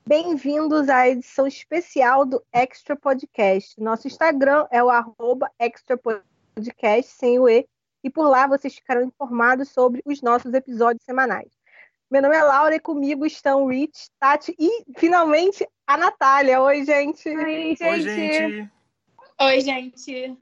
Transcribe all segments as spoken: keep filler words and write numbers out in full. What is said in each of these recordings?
Bem-vindos à edição especial do Extra Podcast. Nosso Instagram é o arroba Extra Podcast, sem o E, e por lá vocês ficarão informados sobre os nossos episódios semanais. Meu nome é Laura e comigo estão o Rich, Tati e, finalmente, a Natália. Oi, gente! Oi, Oi, gente. gente. Oi, gente.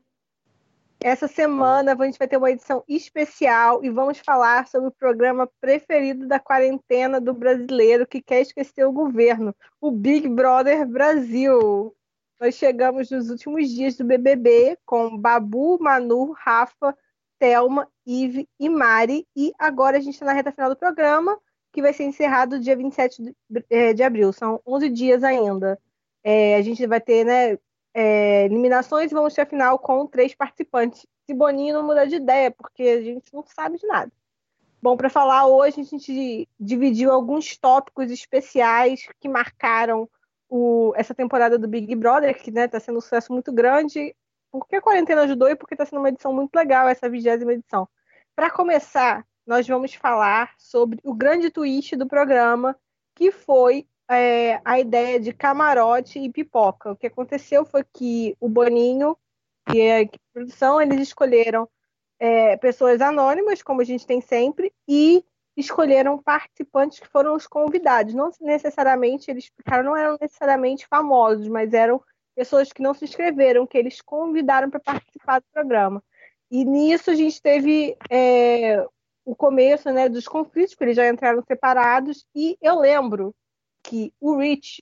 Essa semana a gente vai ter uma edição especial e vamos falar sobre o programa preferido da quarentena do brasileiro que quer esquecer o governo, o Big Brother Brasil. Nós chegamos nos últimos dias do B B B com Babu, Manu, Rafa, Thelma, Ive e Mari, e agora a gente está na reta final do programa, que vai ser encerrado dia vinte e sete de, eh, de abril. São onze dias ainda. É, a gente vai ter, né, é, eliminações e vamos ter a final com três participantes. Se Boninho não mudar de ideia, porque a gente não sabe de nada. Bom, para falar hoje, a gente dividiu alguns tópicos especiais que marcaram o, essa temporada do Big Brother, que está, né, sendo um sucesso muito grande, porque a quarentena ajudou e porque está sendo uma edição muito legal, essa vigésima edição. Para começar, nós vamos falar sobre o grande twist do programa, que foi é, a ideia de camarote e pipoca. O que aconteceu foi que o Boninho e a produção, eles escolheram é, pessoas anônimas, como a gente tem sempre, e escolheram participantes que foram os convidados. Não necessariamente, eles explicaram, não eram necessariamente famosos, mas eram pessoas que não se inscreveram, que eles convidaram para participar do programa. E nisso a gente teve é, o começo, né, dos conflitos, porque eles já entraram separados, e eu lembro que o Rich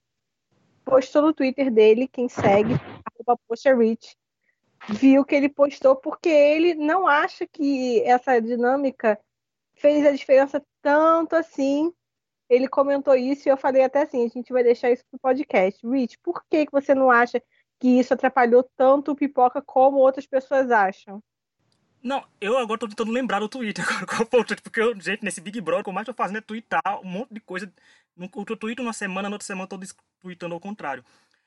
postou no Twitter dele, quem segue, arroba Poxa Rich, viu que ele postou porque ele não acha que essa dinâmica fez a diferença tanto assim. Ele comentou isso e eu falei até assim, a gente vai deixar isso pro podcast. Rich, por que que você não acha que isso atrapalhou tanto o Pipoca como outras pessoas acham? Não, eu agora tô tentando lembrar do Twitter. Agora, qual foi o Twitter? Porque, eu, gente, nesse Big Brother, o que eu mais tô fazendo é twittar um monte de coisa. Num- Eu tweeto uma semana, na outra semana eu tô des- tweetando ao contrário.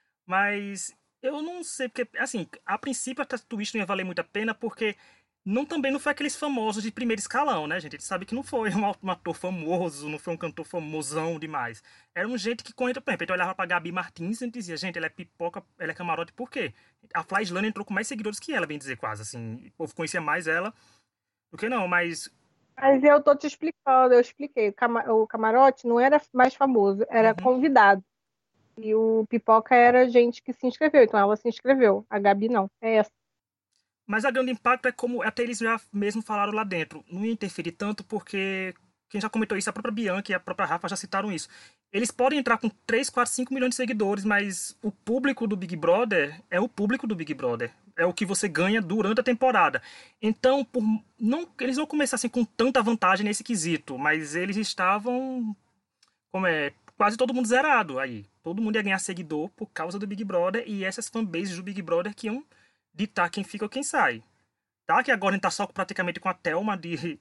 Mas eu não sei, porque, assim, a princípio a Twitch não ia valer muito a pena, porque não também não foi aqueles famosos de primeiro escalão, né, gente? A gente sabe que não foi um, um ator famoso, não foi um cantor famosão demais. Era um gente que, quando, por exemplo, a gente olhava pra Gabi Martins e a gente dizia, gente, ela é pipoca, ela é camarote, por quê? A Flyslane entrou com mais seguidores que ela, bem dizer, quase, assim. O povo conhecia mais ela do que não, mas... Mas eu tô te explicando, eu expliquei. O, cama- o camarote não era mais famoso, era Uhum. convidado. E o Pipoca era gente que se inscreveu, então ela se inscreveu. A Gabi não. É essa. Mas a grande impacto é como até eles já mesmo falaram lá dentro. Não ia interferir tanto porque quem já comentou isso, a própria Bianca e a própria Rafa já citaram isso. Eles podem entrar com três, quatro, cinco milhões de seguidores, mas o público do Big Brother é o público do Big Brother. É o que você ganha durante a temporada. Então, por, não, eles não começassem com tanta vantagem nesse quesito, mas eles estavam, como é, quase todo mundo zerado aí. Todo mundo ia ganhar seguidor por causa do Big Brother e essas fanbases do Big Brother que iam ditar quem fica ou quem sai. Tá? Que agora a gente tá só praticamente com a Thelma de,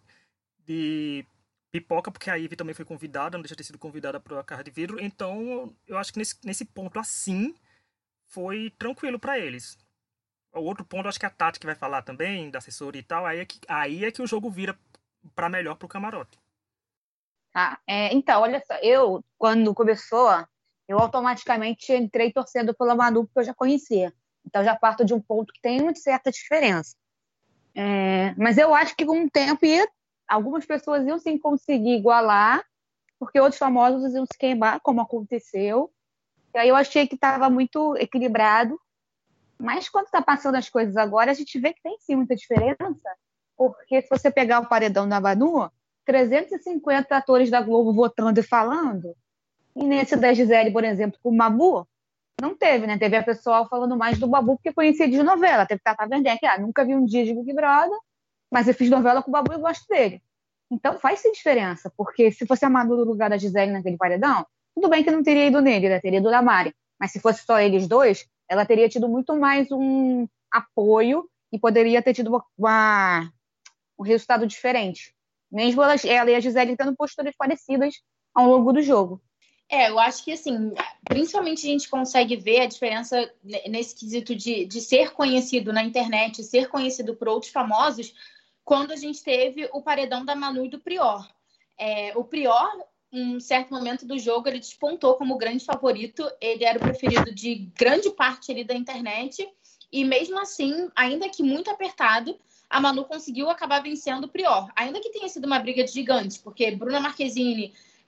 de pipoca, porque a Ivy também foi convidada, não deixa de ter sido convidada para a Carra de Vidro. Então, eu acho que nesse, nesse ponto assim foi tranquilo para eles. O outro ponto, acho que é a Tati que vai falar também, da assessoria e tal, aí é que, aí é que o jogo vira para melhor pro camarote. Tá? É, então, olha só, eu, quando começou, eu automaticamente entrei torcendo pela Manu, porque eu já conhecia. Então, já parto de um ponto que tem uma certa diferença. É, mas eu acho que com o tempo ia, algumas pessoas iam sim conseguir igualar, porque outros famosos iam se queimar, como aconteceu. E aí eu achei que estava muito equilibrado. Mas quando está passando as coisas agora, a gente vê que tem sim muita diferença, porque se você pegar o paredão da Manu, trezentos e cinquenta atores da Globo votando e falando, e nesse da Gisele, por exemplo, com o Babu, não teve, né? Teve a pessoal falando mais do Babu porque conhecia de novela. Teve Tata Werneck, ah, nunca vi um dia de Big Brother, mas eu fiz novela com o Babu e gosto dele. Então faz sim diferença, porque se fosse a Manu no lugar da Gisele naquele paredão, tudo bem que não teria ido nele, né? Teria ido na Mari. Mas se fosse só eles dois, ela teria tido muito mais um apoio e poderia ter tido uma, uma- um resultado diferente. Mesmo ela, ela e a Gisele tendo posturas parecidas ao longo do jogo. É, eu acho que assim, principalmente a gente consegue ver a diferença nesse quesito de, de ser conhecido na internet, ser conhecido por outros famosos, quando a gente teve o paredão da Manu e do Prior. É, o Prior um certo momento do jogo, ele despontou como grande favorito. Ele era o preferido de grande parte ali da internet. E mesmo assim, ainda que muito apertado, a Manu conseguiu acabar vencendo o Prior. Ainda que tenha sido uma briga gigante, porque Bruna Marquezine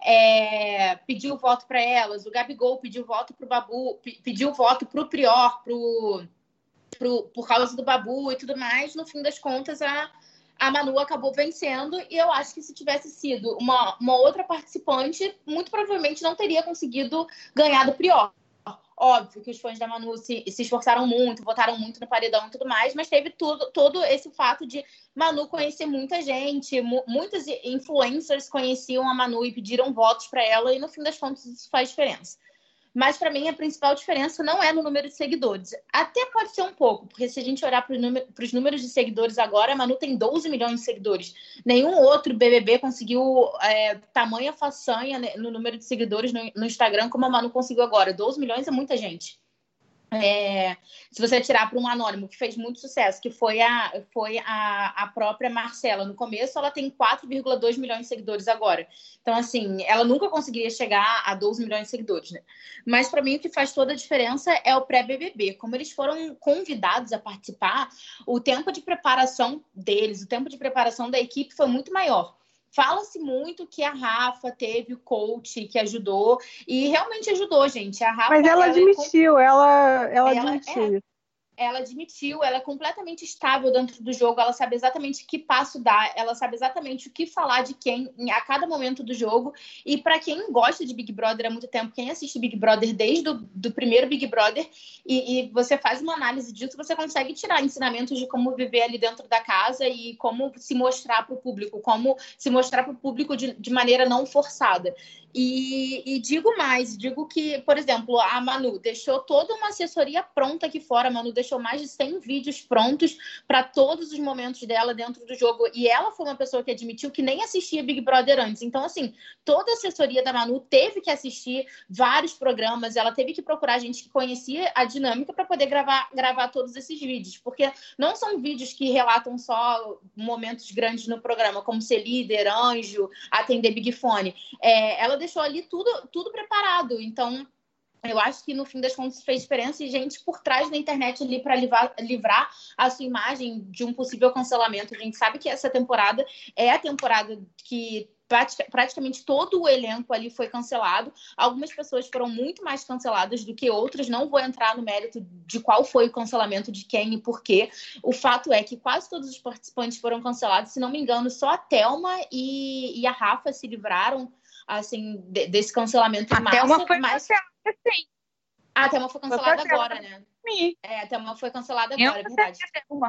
é, pediu voto para elas, o Gabigol pediu voto para o Babu, pediu voto para o Prior, pro, pro, por causa do Babu e tudo mais. No fim das contas, a, a Manu acabou vencendo. E eu acho que se tivesse sido uma, uma outra participante, muito provavelmente não teria conseguido ganhar do Prior. Óbvio que os fãs da Manu se, se esforçaram muito, votaram muito no paredão e tudo mais, mas teve tudo, todo esse fato de Manu conhecer muita gente, mu muitos influencers conheciam a Manu e pediram votos para ela, e no fim das contas isso faz diferença. Mas, para mim, a principal diferença não é no número de seguidores. Até pode ser um pouco, porque se a gente olhar para os números de seguidores agora, a Manu tem doze milhões de seguidores. Nenhum outro B B B conseguiu é, tamanha façanha no número de seguidores no, no Instagram como a Manu conseguiu agora. doze milhões é muita gente. É, se você tirar para um anônimo que fez muito sucesso, que foi a, foi a, a própria Marcela. No começo, ela tem quatro vírgula dois milhões de seguidores agora. Então, assim, ela nunca conseguiria chegar a doze milhões de seguidores, né? Mas, para mim, o que faz toda a diferença é o pré-B B B. Como eles foram convidados a participar, o tempo de preparação deles, o tempo de preparação da equipe foi muito maior. Fala-se muito que a Rafa teve o coach que ajudou, e realmente ajudou, gente. A Rafa, Mas ela, ela admitiu, é... ela, ela, ela admitiu. É... Ela admitiu, ela é completamente estável dentro do jogo, ela sabe exatamente que passo dar, ela sabe exatamente o que falar de quem a cada momento do jogo. E para quem gosta de Big Brother há muito tempo, quem assiste Big Brother desde o do primeiro Big Brother, e, e você faz uma análise disso, você consegue tirar ensinamentos de como viver ali dentro da casa e como se mostrar para o público, como se mostrar para o público de, de maneira não forçada. E, e digo mais, digo que, por exemplo, a Manu deixou toda uma assessoria pronta aqui fora. A Manu deixou mais de cem vídeos prontos para todos os momentos dela dentro do jogo. E ela foi uma pessoa que admitiu que nem assistia Big Brother antes. Então, assim, toda a assessoria da Manu teve que assistir vários programas. Ela teve que procurar gente que conhecia a dinâmica para poder gravar, gravar todos esses vídeos. Porque não são vídeos que relatam só momentos grandes no programa, como ser líder, anjo, atender Big Fone. É, ela deixou ali tudo, tudo preparado. Então, eu acho que no fim das contas fez diferença, e gente por trás da internet ali para livrar, livrar a sua imagem de um possível cancelamento. A gente sabe que essa temporada é a temporada que praticamente todo o elenco ali foi cancelado. Algumas pessoas foram muito mais canceladas do que outras. Não vou entrar no mérito de qual foi o cancelamento de quem e por quê. O fato é que quase todos os participantes foram cancelados. Se não me engano, só a Thelma e, e a Rafa se livraram assim, de, desse cancelamento em massa. A Thelma foi mas... cancelada, sim. Ah, a Thelma foi cancelada foi agora, né? Sim. É, a Thelma foi cancelada agora, é verdade.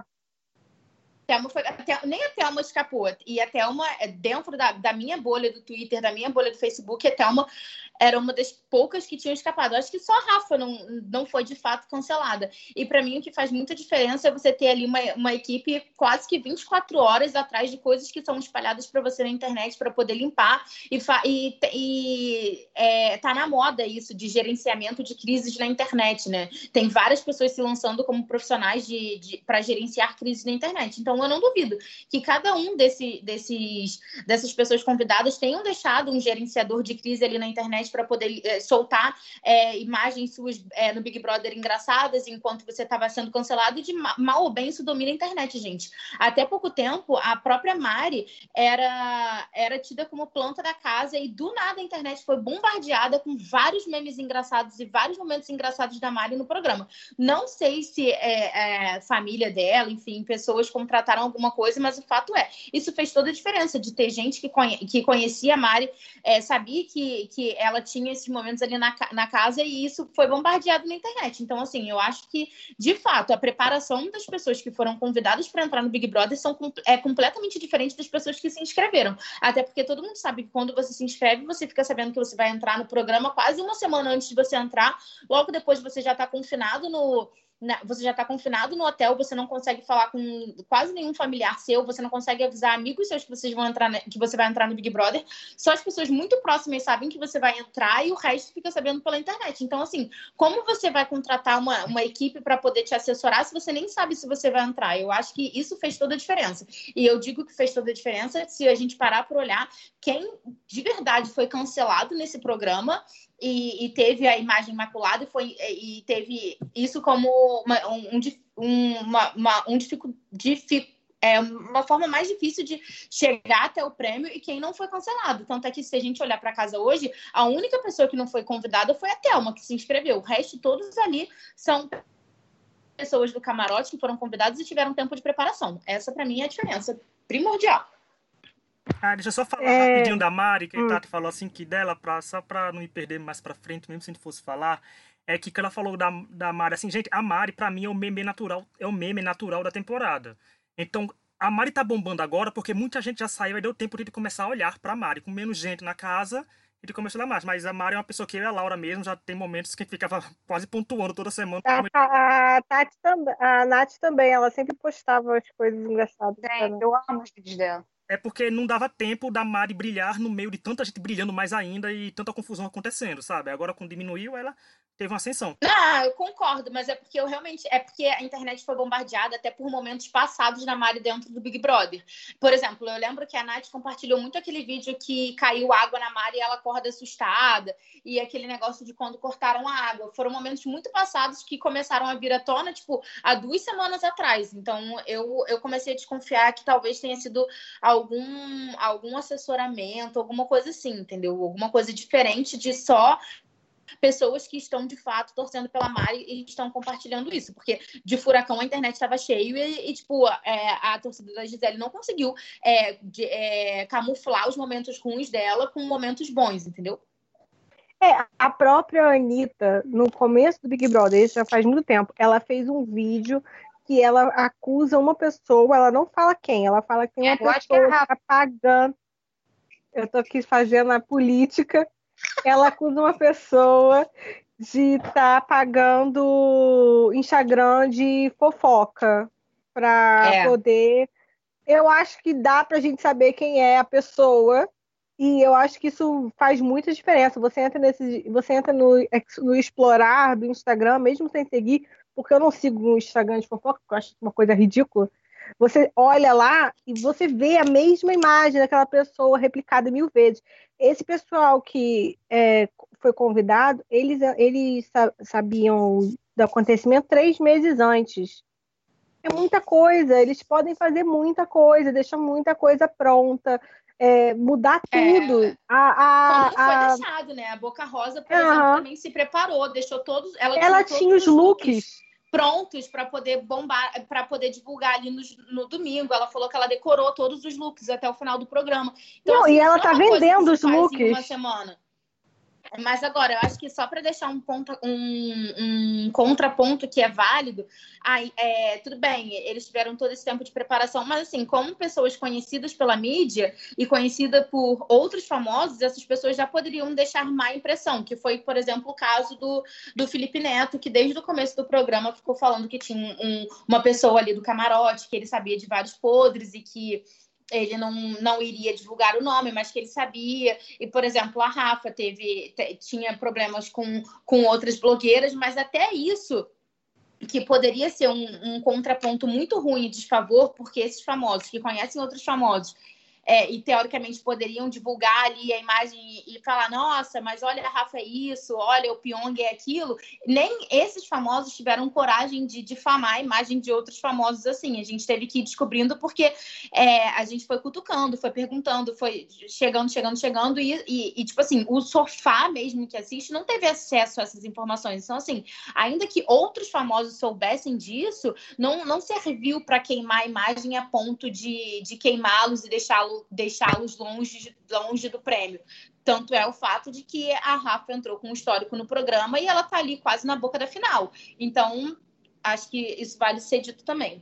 Thelma foi, a, nem a Thelma escapou. E a Thelma, dentro da, da minha bolha do Twitter, da minha bolha do Facebook, a Thelma era uma das poucas que tinham escapado. Acho que só a Rafa não, não foi, de fato, cancelada. E, para mim, o que faz muita diferença é você ter ali uma, uma equipe quase que vinte e quatro horas atrás de coisas que são espalhadas para você na internet para poder limpar. E, e, e é, tá na moda isso de gerenciamento de crises na internet, né? Tem várias pessoas se lançando como profissionais de, de, para gerenciar crises na internet. Então, eu não duvido que cada um desse, desses, dessas pessoas convidadas tenham deixado um gerenciador de crise ali na internet para poder é, soltar é, imagens suas é, no Big Brother engraçadas enquanto você estava sendo cancelado, e de mal ou bem isso domina a internet, gente. Até pouco tempo, a própria Mari era, era tida como planta da casa, e do nada a internet foi bombardeada com vários memes engraçados e vários momentos engraçados da Mari no programa. Não sei se é, é família dela, enfim, pessoas contrataram alguma coisa, mas o fato é, isso fez toda a diferença de ter gente que, conhe que conhecia a Mari, é, sabia que, que ela tinha esses momentos ali na, na casa, e isso foi bombardeado na internet. Então, assim, eu acho que, de fato, a preparação das pessoas que foram convidadas para entrar no Big Brother são, é completamente diferente das pessoas que se inscreveram. Até porque todo mundo sabe que quando você se inscreve, você fica sabendo que você vai entrar no programa quase uma semana antes de você entrar. Logo depois você já está confinado no... na- você já está confinado no hotel, você não consegue falar com quase nenhum familiar seu, você não consegue avisar amigos seus que vocês vão entrar, ne- que você vai entrar no Big Brother. Só as pessoas muito próximas sabem que você vai entrar e o resto fica sabendo pela internet. Então, assim, como você vai contratar uma, uma equipe para poder te assessorar se você nem sabe se você vai entrar? Eu acho que isso fez toda a diferença. E eu digo que fez toda a diferença se a gente parar para olhar quem de verdade foi cancelado nesse programa e, e teve a imagem imaculada e, foi, e teve isso como uma, um, um, uma, uma, um dificu, dific, é, uma forma mais difícil de chegar até o prêmio e quem não foi cancelado. Tanto é que se a gente olhar para casa hoje, a única pessoa que não foi convidada foi a Thelma, que se inscreveu. O resto, todos ali são pessoas do camarote que foram convidadas e tiveram tempo de preparação. Essa, para mim, é a diferença primordial. Ah, deixa eu só falar É, rapidinho da Mari, que a hum, Tati falou assim que dela, pra, só pra não me perder mais pra frente, mesmo se a gente fosse falar, é que, que ela falou da, da Mari, assim, gente, a Mari pra mim é o meme natural, é o meme natural da temporada. Então, a Mari tá bombando agora porque muita gente já saiu e deu tempo de começar a olhar pra Mari, com menos gente na casa, e de começar a olhar mais. Mas a Mari é uma pessoa que eu e a Laura mesmo, já tem momentos que ficava quase pontuando toda semana. a, a, a Tati também, a Nath também, ela sempre postava as coisas engraçadas. Gente, Cara. eu amo os vídeos dela. É porque não dava tempo da Mari brilhar no meio de tanta gente brilhando mais ainda e tanta confusão acontecendo, sabe? Agora, quando diminuiu, ela teve uma ascensão. Ah, eu concordo, mas é porque eu realmente. É porque a internet foi bombardeada até por momentos passados da Mari dentro do Big Brother. Por exemplo, eu lembro que a Nath compartilhou muito aquele vídeo que caiu água na Mari e ela acorda assustada, e aquele negócio de quando cortaram a água. Foram momentos muito passados que começaram a vir à tona, tipo, há duas semanas atrás. Então, eu, eu comecei a desconfiar que talvez tenha sido algum, algum assessoramento, alguma coisa assim, entendeu? Alguma coisa diferente de só pessoas que estão de fato torcendo pela Mari e estão compartilhando isso, porque de furacão a internet estava cheio e, e tipo, é, a torcida da Gisele não conseguiu é, de, é, camuflar os momentos ruins dela com momentos bons, entendeu? É, a própria Anitta, no começo do Big Brother, isso já faz muito tempo, ela fez um vídeo que ela acusa uma pessoa, ela não fala quem, ela fala que tem uma Eu acho que é a pessoa que Rafa. tá pagando. Eu tô aqui fazendo a política. Ela acusa uma pessoa de estar pagando Instagram de fofoca para É. poder. Eu acho que dá pra gente saber quem é a pessoa. E eu acho que isso faz muita diferença. Você entra nesse, você entra no, no explorar do Instagram, mesmo sem seguir, porque eu não sigo no Instagram de fofoca, porque eu acho uma coisa ridícula. Você olha lá e você vê a mesma imagem daquela pessoa replicada mil vezes. Esse pessoal que é, foi convidado, eles, eles sabiam do acontecimento três meses antes. É muita coisa, eles podem fazer muita coisa, deixar muita coisa pronta, é, mudar tudo. É, A, como foi a, a... deixado, né? A Boca Rosa, por Uhum. exemplo, também se preparou, deixou todos. Ela, Ela tinha, tinha todos os looks. looks prontos para poder bombar, para poder divulgar ali no, no domingo. Ela falou que ela decorou todos os looks até o final do programa. Então, não, assim, e ela não tá é uma coisa vendendo que os se faz looks. em uma semana. Mas agora, eu acho que só para deixar um, ponto, um, um contraponto que é válido, aí, é, tudo bem, eles tiveram todo esse tempo de preparação, mas assim, como pessoas conhecidas pela mídia e conhecidas por outros famosos, essas pessoas já poderiam deixar má impressão, que foi, por exemplo, o caso do, do Felipe Neto, que desde o começo do programa ficou falando que tinha um, uma pessoa ali do camarote, que ele sabia de vários podres e que ele não, não iria divulgar o nome, mas que ele sabia. E, por exemplo, a Rafa teve, tinha problemas com, com outras blogueiras, mas até isso, que poderia ser um, um contraponto muito ruim e desfavor, porque esses famosos que conhecem outros famosos é, e teoricamente poderiam divulgar ali a imagem e, e falar, nossa, mas olha a Rafa é isso, olha o Pyong é aquilo. Nem esses famosos tiveram coragem de difamar a imagem de outros famosos assim. A gente teve que ir descobrindo porque é, a gente foi cutucando, foi perguntando, foi chegando, chegando, chegando e, e, e, tipo assim, o sofá mesmo que assiste não teve acesso a essas informações. Então, assim, ainda que outros famosos soubessem disso, não, não serviu para queimar a imagem a ponto de, de queimá-los e deixá-los deixá-los longe, longe do prêmio. Tanto é o fato de que a Rafa entrou com um histórico no programa e ela tá ali quase na boca da final. Então, acho que isso vale ser dito também.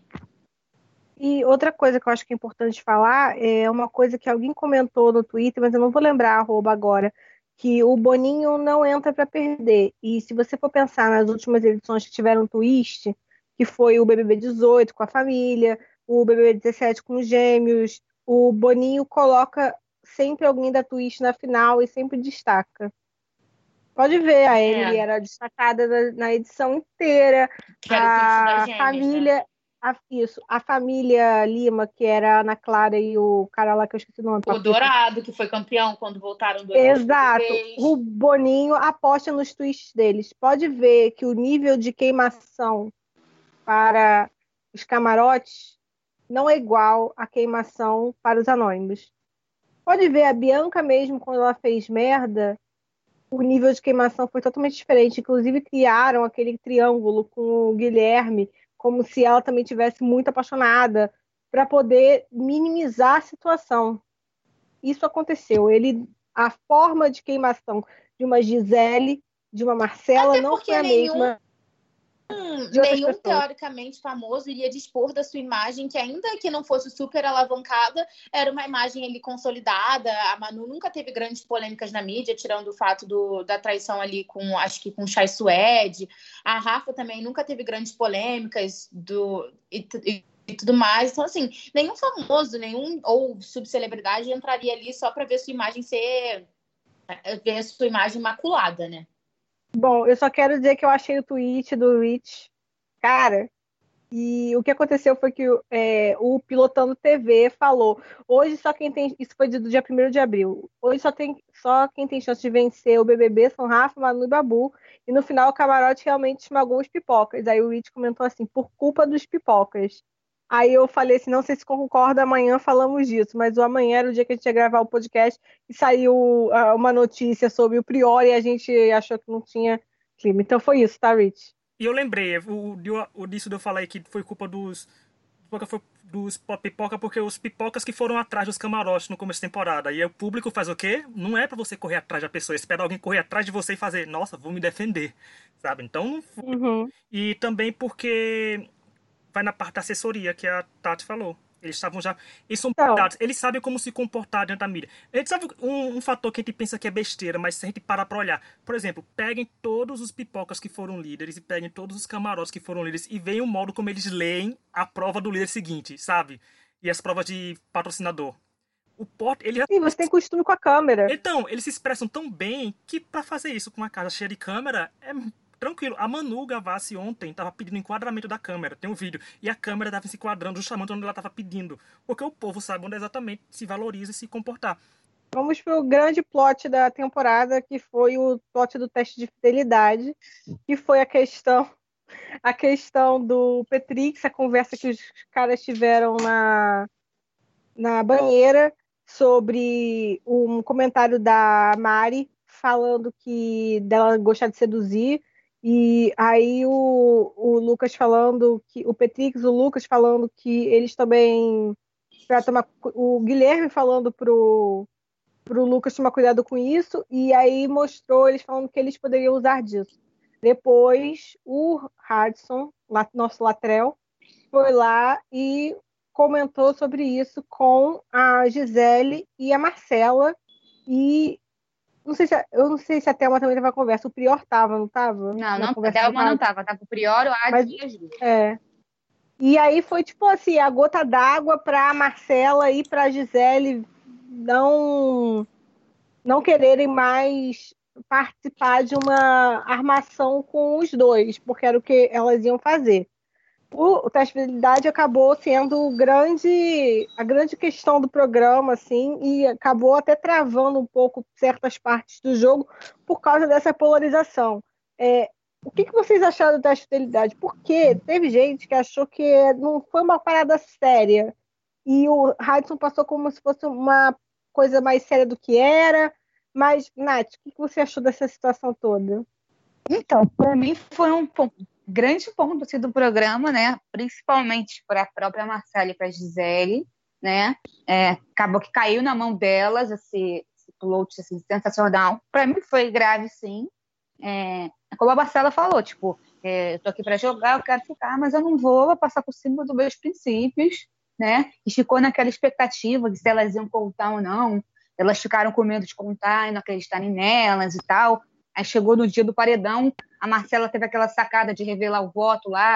E outra coisa que eu acho que é importante falar é uma coisa que alguém comentou no Twitter, mas eu não vou lembrar a arroba agora, que o Boninho não entra para perder. E se você for pensar nas últimas edições que tiveram twist, que foi o B B B dezoito com a família, o B B B dezessete com os gêmeos. O Boninho coloca sempre alguém da Twitch na final e sempre destaca. Pode ver, a Emily É. era destacada na, na edição inteira. Que era o Twitch das A gêmeas, família, né? a, isso, a família Lima, que era a Ana Clara e o cara lá que eu esqueci o nome. O Papito. Dourado, que foi campeão quando voltaram dois Exato. B B Bs. O Boninho aposta nos tweets deles. Pode ver que o nível de queimação para os camarotes não é igual à queimação para os anônimos. Pode ver, a Bianca mesmo, quando ela fez merda, o nível de queimação foi totalmente diferente. Inclusive, criaram aquele triângulo com o Guilherme, como se ela também tivesse muito apaixonada, para poder minimizar a situação. Isso aconteceu. Ele, a forma de queimação de uma Gisele, de uma Marcela, Até não porque foi a nenhum- mesma de outras Nenhum pessoas. teoricamente famoso iria dispor da sua imagem, que ainda que não fosse super alavancada, era uma imagem ali consolidada. A Manu nunca teve grandes polêmicas na mídia, tirando o fato do, da traição ali com, acho que com o Chay Suede. A Rafa também nunca teve grandes polêmicas do, e, e, e tudo mais. Então, assim, nenhum famoso, nenhum ou subcelebridade entraria ali só para ver sua imagem ser... ver sua imagem maculada, né? Bom, eu só quero dizer que eu achei o tweet do Rich, cara, e o que aconteceu foi que é, o Pilotando T V falou, hoje só quem tem, isso foi do dia primeiro de abril, hoje só, tem, só quem tem chance de vencer o B B B são Rafa, Manu e Babu, e no final o camarote realmente esmagou os pipocas. Aí o Rich comentou assim, por culpa dos pipocas. Aí eu falei assim, não sei se concorda, amanhã falamos disso, mas o amanhã era o dia que a gente ia gravar o podcast e saiu uh, uma notícia sobre o Prior e a gente achou que não tinha clima. Então foi isso, tá, Rich? E eu lembrei, o, o, o disso de eu falar aí que foi culpa dos foi dos pipoca, porque os pipocas que foram atrás dos camarotes no começo da temporada. E aí o público faz o quê? Não é pra você correr atrás da pessoa, espera alguém correr atrás de você e fazer, nossa, vou me defender, sabe? Então não foi. Uhum. E também porque vai na parte da assessoria que a Tati falou. Eles estavam já. Eles são Então. cuidados, eles sabem como se comportar dentro da mídia. A gente sabe um, um fator que a gente pensa que é besteira, mas se a gente parar pra olhar. Por exemplo, peguem todos os pipocas que foram líderes e peguem todos os camarotes que foram líderes e vejam o modo como eles leem a prova do líder seguinte, sabe? E as provas de patrocinador. O porte, ele já... Sim, você tem costume com a câmera. Então, eles se expressam tão bem que pra fazer isso com uma casa cheia de câmera é tranquilo. A Manu Gavassi ontem tava pedindo enquadramento da câmera. Tem um vídeo. E a câmera tava se enquadrando justamente onde ela tava pedindo. Porque o povo sabe onde exatamente se valoriza e se comportar. Vamos pro grande plot da temporada, que foi o plot do teste de fidelidade, que foi a questão, a questão do Petrix, a conversa que os caras tiveram na, na banheira sobre um comentário da Mari falando que dela gostar de seduzir. E aí o, o Lucas falando que o Petrix, o Lucas falando que eles também para tomar o Guilherme falando pro pro Lucas tomar cuidado com isso, e aí mostrou eles falando que eles poderiam usar disso. Depois o Hudson, nosso Latrell, foi lá e comentou sobre isso com a Gisele e a Marcela, e Não sei se, eu não sei se a Thelma também tava na conversa. O Prior tava, não tava? Não, Na não, a conversa do Thelma não rádio? tava. Tava o Prior, o Adi Mas- e as duas. É. E aí foi tipo assim, a gota d'água pra Marcela e pra Gisele não, não quererem mais participar de uma armação com os dois, porque era o que elas iam fazer. O, o teste de fidelidade acabou sendo o grande, a grande questão do programa, assim, e acabou até travando um pouco certas partes do jogo por causa dessa polarização. É, o que, que vocês acharam do teste de fidelidade? Porque teve gente que achou que não foi uma parada séria e o Hudson passou como se fosse uma coisa mais séria do que era. Mas, Nath, o que, que você achou dessa situação toda? Então, para mim foi um ponto, grande ponto assim, do programa, né? Principalmente para a própria Marcela e para a Gisele, né? É, acabou que caiu na mão delas esse, esse float assim, sensacional. Para mim foi grave, sim. É, como a Marcela falou, tipo, é, eu tô aqui para jogar, eu quero ficar, mas eu não vou passar por cima dos meus princípios, né? E ficou naquela expectativa de se elas iam contar ou não. Elas ficaram com medo de contar e não acreditarem nelas e tal. Aí chegou no dia do paredão, a Marcela teve aquela sacada de revelar o voto lá,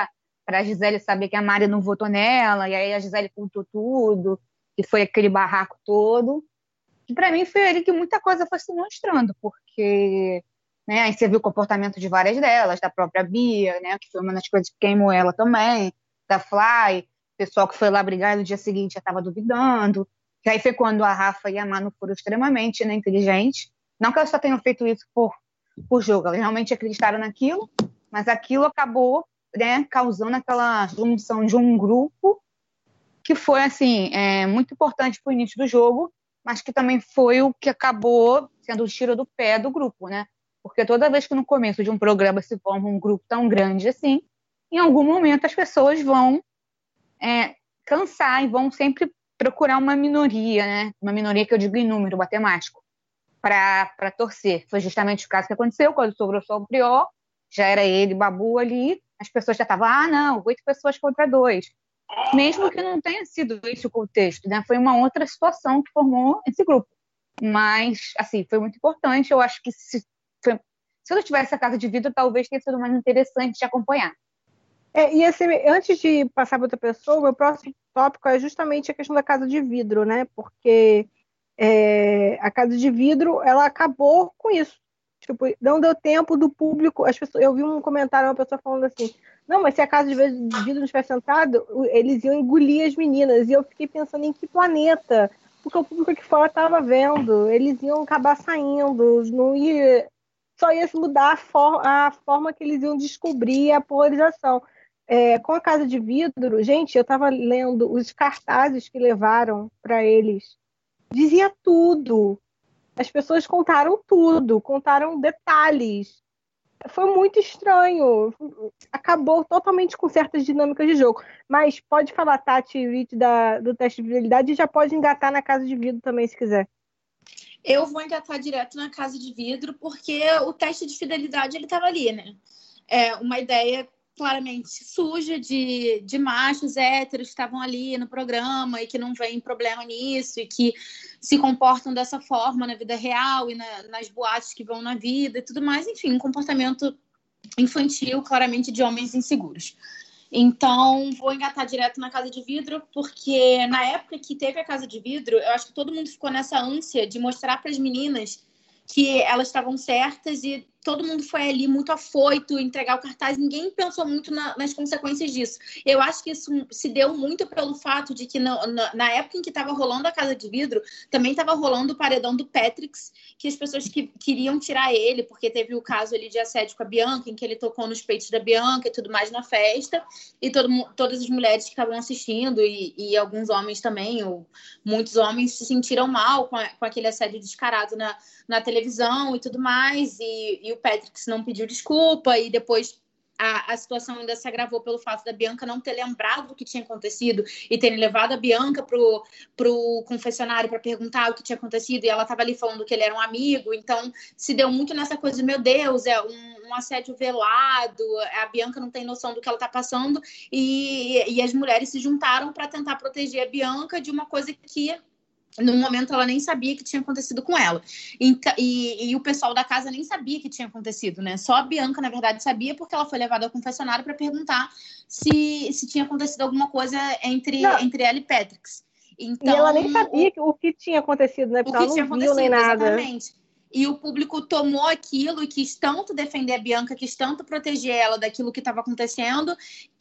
para a Gisele saber que a Mari não votou nela, e aí a Gisele contou tudo, e foi aquele barraco todo. E para mim foi ali que muita coisa foi se mostrando, porque, né, aí você viu o comportamento de várias delas, da própria Bia, né, que foi uma das coisas que queimou ela também, da Fly, o pessoal que foi lá brigar no dia seguinte já estava duvidando, que aí foi quando a Rafa e a Manu foram extremamente, né, inteligentes. Não que elas só tenham feito isso por, por jogo, elas realmente acreditaram naquilo, mas aquilo acabou, né, causando aquela junção de um grupo que foi, assim, é, muito importante para o início do jogo, mas que também foi o que acabou sendo o tiro do pé do grupo, né? Porque toda vez que no começo de um programa se forma um grupo tão grande assim, em algum momento as pessoas vão é, cansar e vão sempre procurar uma minoria, né? Uma minoria que eu digo em número matemático, para torcer. Foi justamente o caso que aconteceu quando sobrou só o Prior, já era ele, Babu ali, as pessoas já estavam, ah, não, oito pessoas contra dois. Mesmo que não tenha sido esse o contexto, né? Foi uma outra situação que formou esse grupo. Mas, assim, foi muito importante. Eu acho que se, foi, se eu não tivesse a Casa de Vidro, talvez tenha sido mais interessante de acompanhar. É, e assim, antes de passar para outra pessoa, o meu próximo tópico é justamente a questão da Casa de Vidro, né? Porque é, a Casa de Vidro, ela acabou com isso. Tipo, não deu tempo do público. As pessoas, eu vi um comentário, uma pessoa falando assim, não, mas se a Casa de Vidro não tivesse sentado, eles iam engolir as meninas. E eu fiquei pensando em que planeta? Porque o público aqui fora estava vendo. Eles iam acabar saindo, não ia, só ia mudar a, for, a forma que eles iam descobrir a polarização. É, com a Casa de Vidro, gente, eu estava lendo os cartazes que levaram para eles. Dizia tudo. As pessoas contaram tudo, contaram detalhes. Foi muito estranho. Acabou totalmente com certas dinâmicas de jogo. Mas pode falar, Tati e Rich, da, do teste de fidelidade, e já pode engatar na Casa de Vidro também, se quiser. Eu vou engatar direto na Casa de Vidro, porque o teste de fidelidade ele estava ali, né? É uma ideia claramente suja de, de machos héteros que estavam ali no programa e que não vem problema nisso e que se comportam dessa forma na vida real e na, nas boates que vão na vida e tudo mais. Enfim, um comportamento infantil, claramente de homens inseguros. Então, vou engatar direto na Casa de Vidro, porque na época que teve a Casa de Vidro, eu acho que todo mundo ficou nessa ânsia de mostrar para as meninas que elas estavam certas e todo mundo foi ali muito afoito, entregar o cartaz, ninguém pensou muito na, nas consequências disso. Eu acho que isso se deu muito pelo fato de que na, na, na época em que estava rolando a Casa de Vidro, também estava rolando o paredão do Patrix, que as pessoas que, queriam tirar ele, porque teve o caso ali de assédio com a Bianca, em que ele tocou nos peitos da Bianca e tudo mais na festa, e todo, todas as mulheres que estavam assistindo, e, e alguns homens também, ou muitos homens se sentiram mal com, a, com aquele assédio descarado na, na televisão e tudo mais, e, e o Patrix não pediu desculpa, e depois a, a situação ainda se agravou pelo fato da Bianca não ter lembrado do que tinha acontecido e terem levado a Bianca pro, pro confessionário para perguntar o que tinha acontecido, e ela estava ali falando que ele era um amigo, então se deu muito nessa coisa de, meu Deus, é um, um assédio velado, a Bianca não tem noção do que ela está passando, e, e as mulheres se juntaram para tentar proteger a Bianca de uma coisa que no momento ela nem sabia que tinha acontecido com ela. E, e, e o pessoal da casa nem sabia que tinha acontecido, né? Só a Bianca, na verdade, sabia, porque ela foi levada ao confessionário para perguntar se, se tinha acontecido alguma coisa entre, entre ela e Patrix. Então, e ela nem sabia o, o que tinha acontecido, né? Porque o que ela tinha não viu acontecido, nem nada. Exatamente. E o público tomou aquilo e quis tanto defender a Bianca, quis tanto proteger ela daquilo que estava acontecendo,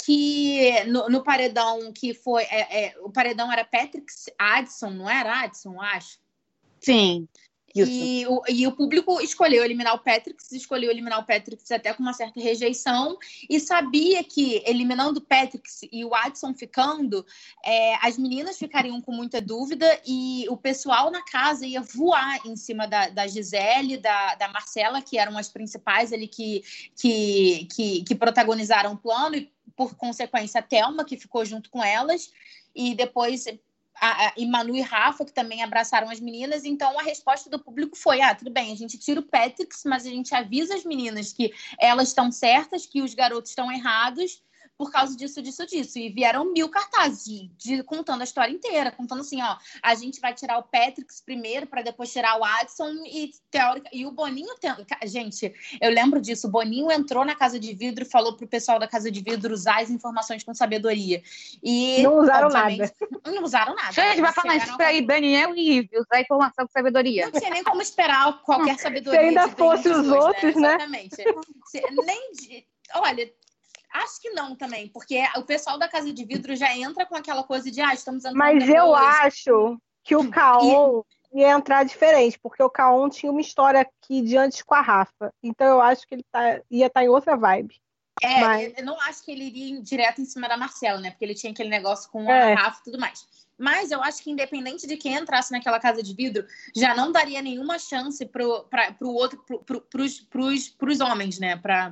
que no, no paredão que foi... É, é, o paredão era Patrix, Addison, não era Addison, acho? Sim. E o, e o público escolheu eliminar o Patrix, escolheu eliminar o Patrix até com uma certa rejeição, e sabia que eliminando o Patrix e o Addison ficando, é, as meninas ficariam com muita dúvida e o pessoal na casa ia voar em cima da, da Gisele, da, da Marcela, que eram as principais ali que, que, que, que protagonizaram o plano, e por consequência a Thelma, que ficou junto com elas, e depois... A, a, e Manu e Rafa, que também abraçaram as meninas. Então a resposta do público foi, ah, tudo bem, a gente tira o Patrix, mas a gente avisa as meninas que elas estão certas, que os garotos estão errados, por causa disso, disso, disso. E vieram mil cartazes de, de, contando a história inteira, contando assim, ó, a gente vai tirar o Patrick primeiro para depois tirar o Adson e teórica. E o Boninho, tem... gente, eu lembro disso, o Boninho entrou na Casa de Vidro e falou pro pessoal da Casa de Vidro usar as informações com sabedoria. E não usaram nada. Não usaram nada. Gente, vai falar isso aí, Daniel e usar informação com sabedoria. Não tinha nem como esperar qualquer sabedoria. Se ainda fosse os pessoas, outros, né? né? Exatamente. Se, nem de... Olha, acho que não também, porque o pessoal da Casa de Vidro já entra com aquela coisa de, ah, estamos entrando Mas depois. eu acho que o Kaon e... ia entrar diferente, porque o Kaon tinha uma história aqui de antes com a Rafa. Então eu acho que ele tá... ia estar tá em outra vibe. É, Mas... eu não acho que ele iria direto em cima da Marcela, né? Porque ele tinha aquele negócio com é. a Rafa e tudo mais. Mas eu acho que independente de quem entrasse naquela Casa de Vidro, já não daria nenhuma chance pro, pra, pro outro, pro, pro, pros, pros, pros homens, né? Pra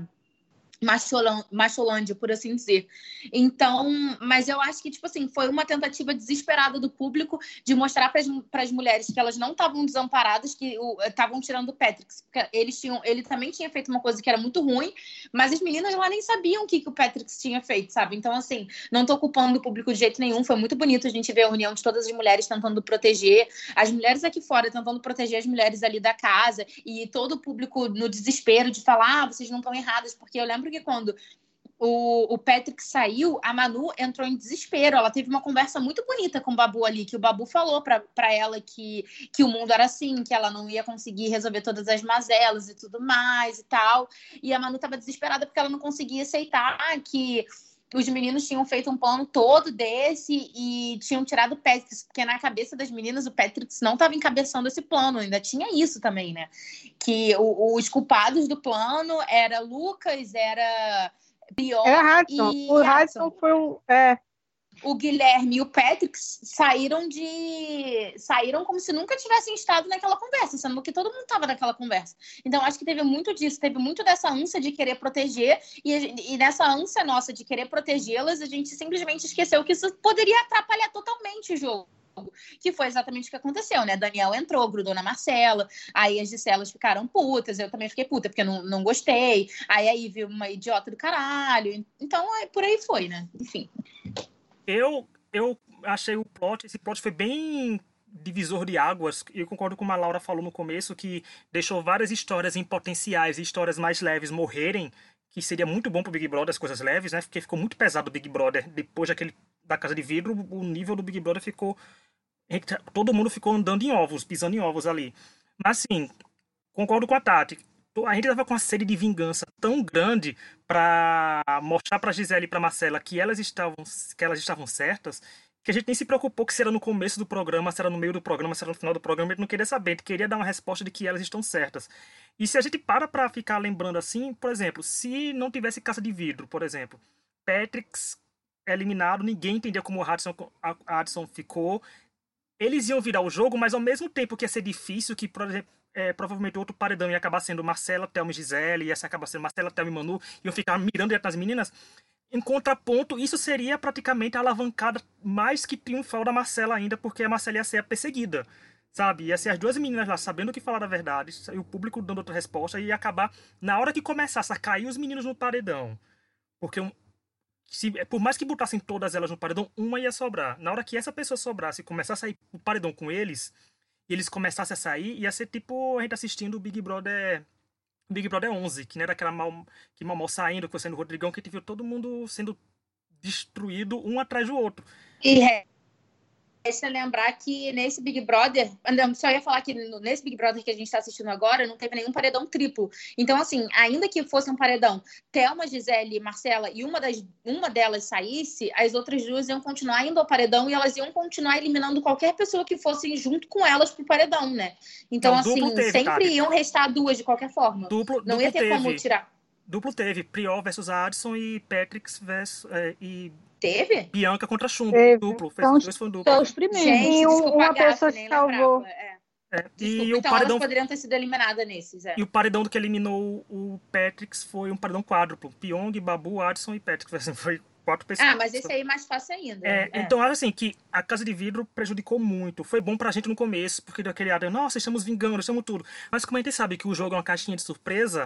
Macholândia, por assim dizer. Então, mas eu acho que, tipo assim, foi uma tentativa desesperada do público de mostrar para as mulheres que elas não estavam desamparadas, que estavam tirando o Patrick. Porque eles tinham, ele também tinha feito uma coisa que era muito ruim, mas as meninas lá nem sabiam o que, que o Patrick tinha feito, sabe? Então, assim, não tô culpando o público de jeito nenhum. Foi muito bonito a gente ver a união de todas as mulheres tentando proteger, as mulheres aqui fora tentando proteger as mulheres ali da casa, e todo o público no desespero de falar, ah, vocês não estão erradas, porque eu lembro que quando o, o Patrick saiu, a Manu entrou em desespero. Ela teve uma conversa muito bonita com o Babu ali, que o Babu falou pra, pra ela que, que o mundo era assim, que ela não ia conseguir resolver todas as mazelas e tudo mais e tal. E a Manu tava desesperada porque ela não conseguia aceitar que os meninos tinham feito um plano todo desse e tinham tirado o Patrick, porque na cabeça das meninas o Patrick não estava encabeçando esse plano, ainda tinha isso também, né? Que o, os culpados do plano era Lucas, era Prior era Hudson. e o Hudson foi um... É. O Guilherme e o Patrick saíram de saíram como se nunca tivessem estado naquela conversa, sendo que todo mundo estava naquela conversa. Então, acho que teve muito disso, teve muito dessa ânsia de querer proteger, e, e nessa ânsia nossa de querer protegê-las, a gente simplesmente esqueceu que isso poderia atrapalhar totalmente o jogo. Que foi exatamente o que aconteceu, né? Daniel entrou, grudou na Marcela, aí as Giselas ficaram putas, eu também fiquei puta, porque eu não, não gostei, aí aí viu uma idiota do caralho, então por aí foi, né? Enfim. Eu, eu achei o plot, esse plot foi bem divisor de águas. Eu concordo com o que a Laura falou no começo, que deixou várias histórias em potenciais e histórias mais leves morrerem, que seria muito bom pro Big Brother, as coisas leves, né? Porque ficou muito pesado o Big Brother. Depois daquele, da Casa de Vidro, o nível do Big Brother ficou... Todo mundo ficou andando em ovos, pisando em ovos ali. Mas, assim, concordo com a Tati. A gente tava com uma sede de vingança tão grande para mostrar pra Gisele e pra Marcela que elas estavam, que elas estavam certas, que a gente nem se preocupou que se era no começo do programa, se era no meio do programa, se era no final do programa, a gente não queria saber, a gente queria dar uma resposta de que elas estão certas. E se a gente para pra ficar lembrando assim, por exemplo, se não tivesse Casa de Vidro, por exemplo, Patrick eliminado, ninguém entendia como o Hudson, a Hudson ficou, eles iam virar o jogo, mas ao mesmo tempo que ia ser difícil, que, por exemplo, É, provavelmente outro paredão ia acabar sendo Marcela, Thelma e Gisele, e essa acaba sendo Marcela, Thelma e Manu, iam ficar mirando direto nas meninas. Em contraponto, isso seria praticamente a alavancada mais que triunfal da Marcela ainda, porque a Marcela ia ser a perseguida, sabe? Ia ser as duas meninas lá sabendo o que falar a verdade, e o público dando outra resposta, e ia acabar, na hora que começasse a cair os meninos no paredão. Porque um, se, por mais que botassem todas elas no paredão, uma ia sobrar. Na hora que essa pessoa sobrasse e começasse a sair o paredão com eles, e eles começassem a sair, ia ser tipo a gente assistindo o Big Brother Big Brother onze, que não era aquela mal, que mal, mal saindo, que foi sendo o Rodrigão, que a gente viu todo mundo sendo destruído um atrás do outro. E resta lembrar que nesse Big Brother, só ia falar que nesse Big Brother que a gente está assistindo agora, não teve nenhum paredão triplo. Então, assim, ainda que fosse um paredão Thelma, Gisele e Marcela, e uma, das, uma delas saísse, as outras duas iam continuar indo ao paredão e elas iam continuar eliminando qualquer pessoa que fosse junto com elas pro paredão, né? Então, não, assim, teve, sempre tá? iam restar duas de qualquer forma. Duplo, não duplo ia ter teve. como tirar. Duplo teve. Prior versus Adson e Patrick versus... É, e... Teve? Bianca contra Chumbo, Teve. duplo. Fez, Então, dois foi um duplo. São os primeiros. Gente, e desculpa, uma gato, pessoa se nem salvou. lembrava. É. É. Desculpa, E o então paredão... elas poderiam ter sido eliminadas nesses. É. E o paredão que eliminou o Patrick foi um paredão quádruplo. Pyong, Babu, Adson e Patrick. Foi quatro pessoas. Ah, mas esse aí é mais fácil ainda. É, é. Então, acho assim, que a Casa de Vidro prejudicou muito. Foi bom pra gente no começo, porque deu aquele ar, nossa, estamos vingando, estamos tudo. Mas como a gente sabe que o jogo é uma caixinha de surpresa,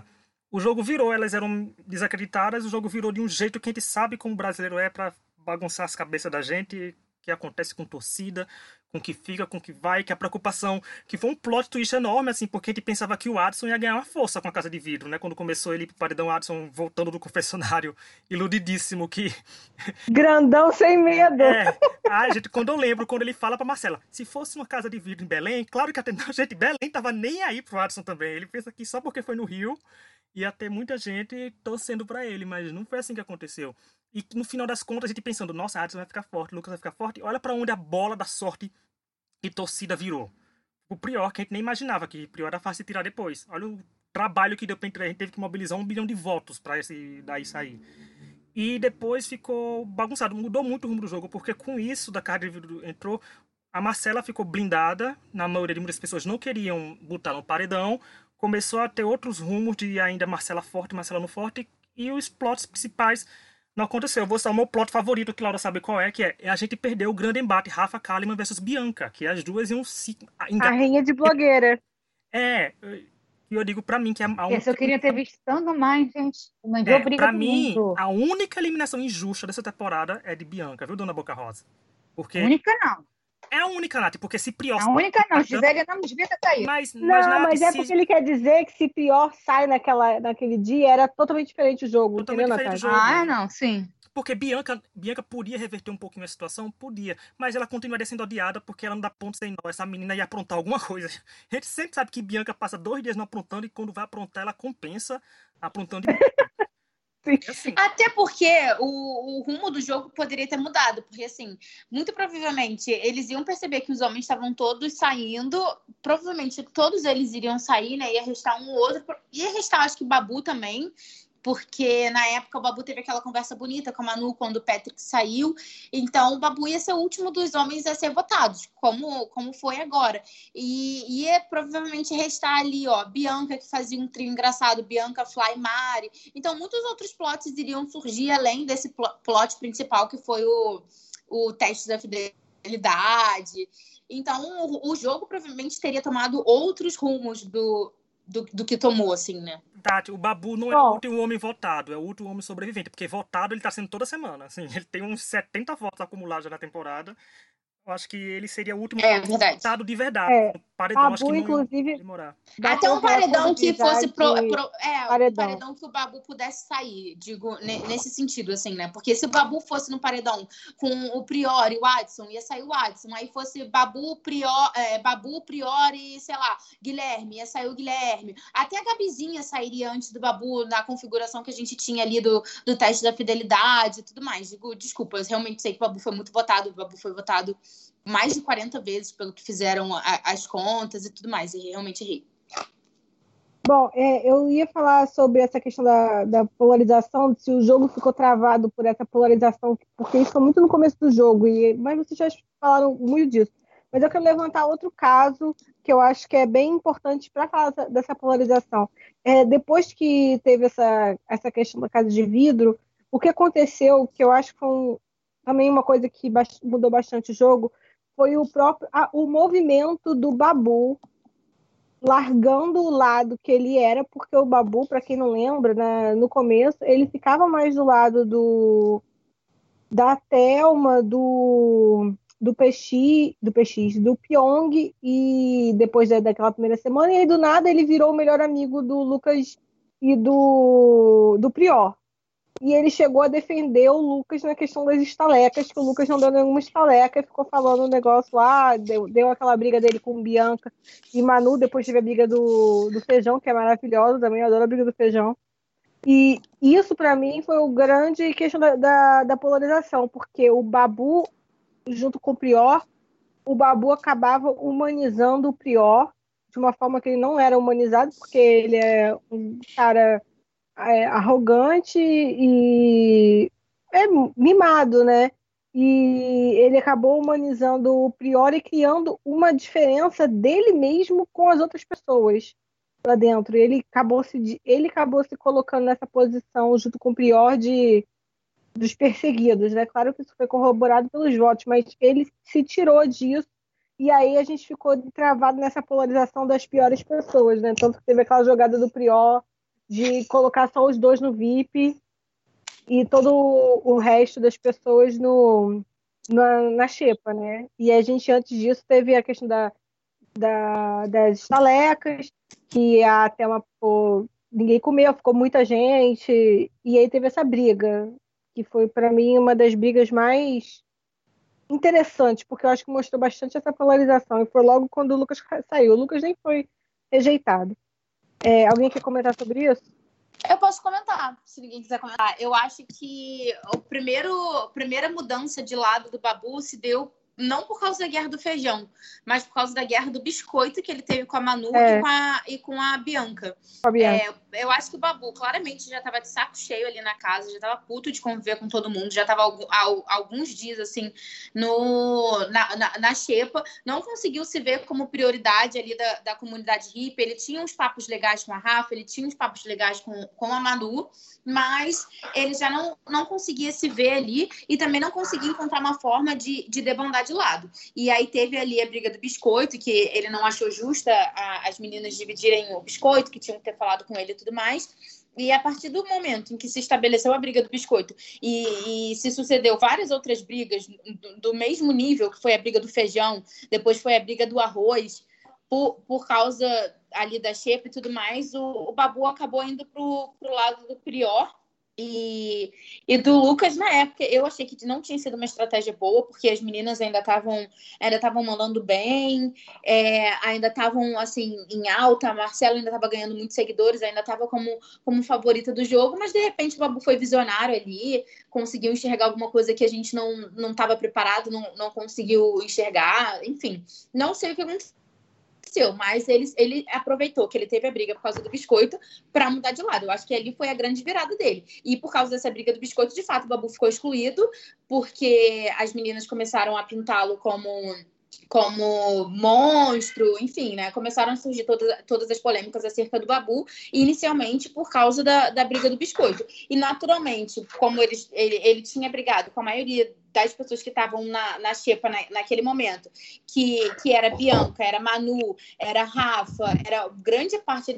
o jogo virou, elas eram desacreditadas, o jogo virou de um jeito que a gente sabe como o brasileiro é pra bagunçar as cabeças da gente, que acontece com torcida, com o que fica, com o que vai, que a preocupação, que foi um plot twist enorme, assim, porque a gente pensava que o Adson ia ganhar uma força com a Casa de Vidro, né? Quando começou ele pro paredão, Adson voltando do confessionário, iludidíssimo, que... Grandão sem medo. É, a gente, quando eu lembro, quando ele fala pra Marcela, se fosse uma Casa de Vidro em Belém, claro que até, gente, Belém tava nem aí pro Adson também, ele pensa que só porque foi no Rio, ia ter muita gente torcendo pra ele, mas não foi assim que aconteceu. E no final das contas, a gente pensando, nossa, Adson vai ficar forte, Lucas vai ficar forte. Olha pra onde a bola da sorte e torcida virou. O Prior, que a gente nem imaginava que o Prior era fácil de tirar depois. Olha o trabalho que deu pra entrar. A gente teve que mobilizar um bilhão de votos pra esse daí sair. E depois ficou bagunçado. Mudou muito o rumo do jogo, porque com isso, da Casa de Vidro entrou, a Marcela ficou blindada. Na maioria de muitas pessoas não queriam botar no paredão. Começou a ter outros rumos de ainda Marcela forte, Marcela não forte. E os plots principais não aconteceu. Eu vou citar o meu plot favorito, que Laura sabe qual é, que é, é a gente perder o grande embate Rafa Kalimann versus Bianca, que as duas iam se A enganar. rainha de blogueira. É, e eu digo pra mim que a, a Esse eu queria ter visto tanto mais, gente. Mas é, obriga pra todo mim, mundo. a única eliminação injusta dessa temporada é de Bianca, viu, Dona Boca Rosa? Porque Única não. é a única, Nath, porque se Prior... A única não. Gisele não devia ter saído. Mas, mas Não, Nath, mas é se... porque ele quer dizer que se pior sai naquela, naquele dia, era totalmente diferente o jogo, Totalmente entendeu, diferente do Natália? jogo. Ah, não, sim. Porque Bianca, Bianca podia reverter um pouquinho a situação? Podia. Mas ela continuaria sendo odiada porque ela não dá ponto sem nó. Essa menina ia aprontar alguma coisa. A gente sempre sabe que Bianca passa dois dias não aprontando e quando vai aprontar, ela compensa aprontando de é assim. Até porque o, o rumo do jogo poderia ter mudado, porque assim, muito provavelmente eles iam perceber que os homens estavam todos saindo, provavelmente todos eles iriam sair, né? Ia restar um ou outro, ia restar, acho que o Babu também, porque na época o Babu teve aquela conversa bonita com a Manu quando o Patrick saiu, então o Babu ia ser o último dos homens a ser votados, como, como foi agora. E ia provavelmente restar ali, ó, Bianca, que fazia um trio engraçado, Bianca, Fly, Mari. Então muitos outros plots iriam surgir além desse plot principal, que foi o, o teste da fidelidade. Então o, o jogo provavelmente teria tomado outros rumos do, do, do que tomou, assim, né? Tati, o Babu não é Bom. o último homem votado, é o último homem sobrevivente, porque votado ele tá sendo toda semana, assim, ele tem uns setenta votos acumulados já na temporada. Eu acho que ele seria o último É, verdade. votado de verdade. É, Um paredão, acho Babu, que não ia inclusive, demorar. Até um paredão que fosse pro, de pro, é, paredão. um paredão que o Babu pudesse sair, digo, ne- nesse sentido, assim, né? Porque se o Babu fosse no paredão com o Prior e o Adson, ia sair o Adson. Aí fosse Babu, Prior, é, Babu, Prior e, sei lá, Guilherme, ia sair o Guilherme. Até a Gabizinha sairia antes do Babu na configuração que a gente tinha ali do, do teste da fidelidade e tudo mais. Digo, desculpa, eu realmente sei que o Babu foi muito votado, o Babu foi votado mais de quarenta vezes pelo que fizeram a, as contas e tudo mais. E realmente errei. Bom, é, eu ia falar sobre essa questão da, da polarização, se o jogo ficou travado por essa polarização, porque isso foi muito no começo do jogo, e, mas vocês já falaram muito disso. Mas eu quero levantar outro caso que eu acho que é bem importante para falar dessa polarização. É, depois que teve essa, essa questão da Casa de Vidro, o que aconteceu, que eu acho que foi um, também uma coisa que mudou bastante o jogo, foi o próprio ah, o movimento do Babu largando o lado que ele era, porque o Babu, para quem não lembra, né, no começo, ele ficava mais do lado do da Thelma, do do Peixi, do Peixi, do Pyong, e depois da, daquela primeira semana, e aí do nada ele virou o melhor amigo do Lucas e do, do Prior. E ele chegou a defender o Lucas na questão das estalecas, que o Lucas não deu nenhuma estaleca e ficou falando um negócio lá, deu, deu aquela briga dele com Bianca e Manu, depois teve a briga do, do Feijão, que é maravilhosa também, eu adoro a briga do Feijão. E isso, para mim, foi o grande questão da, da, da polarização, porque o Babu, junto com o Prior, o Babu acabava humanizando o Prior de uma forma que ele não era humanizado, porque ele é um cara é, arrogante e é mimado, né? E ele acabou humanizando o Prior e criando uma diferença dele mesmo com as outras pessoas lá dentro. Ele acabou se, ele acabou se colocando nessa posição junto com o Prior de, dos perseguidos, né? Claro que isso foi corroborado pelos votos, mas ele se tirou disso e aí a gente ficou travado nessa polarização das piores pessoas, né? Tanto que teve aquela jogada do Prior de colocar só os dois no V I P e todo o resto das pessoas no, na, na xepa, né? E a gente, antes disso, teve a questão da, da, das estalecas, que a Thelma, pô, ninguém comeu, ficou muita gente, e aí teve essa briga, que foi, para mim, uma das brigas mais interessantes, porque eu acho que mostrou bastante essa polarização, e foi logo quando o Lucas saiu. O Lucas nem foi rejeitado. É, alguém quer comentar sobre isso? Eu posso comentar, se ninguém quiser comentar. Eu acho que o primeiro, a primeira mudança de lado do Babu se deu não por causa da guerra do feijão, mas por causa da guerra do biscoito que ele teve com a Manu é. e, com a, e com a Bianca. Com a Bianca. É, eu acho que o Babu claramente já estava de saco cheio ali na casa, já estava puto de conviver com todo mundo, já estava alguns dias assim no, na, na, na xepa, não conseguiu se ver como prioridade ali da, da comunidade hippie. Ele tinha uns papos legais com a Rafa, ele tinha uns papos legais com, com a Manu, mas ele já não, não conseguia se ver ali e também não conseguia encontrar uma forma de, de debandar de lado. E aí teve ali a briga do biscoito, que ele não achou justa a, as meninas dividirem o biscoito, que tinham que ter falado com ele e tudo mais. E a partir do momento em que se estabeleceu a briga do biscoito e, e se sucedeu várias outras brigas do, do mesmo nível, que foi a briga do feijão, depois foi a briga do arroz, por, por causa ali da xepa e tudo mais, o, o Babu acabou indo pro, pro lado do Prior e, e do Lucas. Na época eu achei que não tinha sido uma estratégia boa, porque as meninas ainda estavam ainda estavam mandando bem, é, ainda estavam assim em alta, a Marcela ainda estava ganhando muitos seguidores, ainda estava como, como favorita do jogo, mas de repente o Babu foi visionário ali, conseguiu enxergar alguma coisa que a gente não não estava preparado, não, não conseguiu enxergar, enfim, não sei o que aconteceu. Mas ele, ele aproveitou que ele teve a briga por causa do biscoito para mudar de lado. Eu acho que ali foi a grande virada dele. E por causa dessa briga do biscoito, de fato, o Babu ficou excluído, porque as meninas começaram a pintá-lo como, como monstro, enfim, né? Começaram a surgir todas, todas as polêmicas acerca do Babu, inicialmente por causa da, da briga do biscoito. E, naturalmente, como ele, ele, ele tinha brigado com a maioria das pessoas que estavam na, na xepa na, naquele momento, que, que era Bianca, era Manu, era Rafa, era grande parte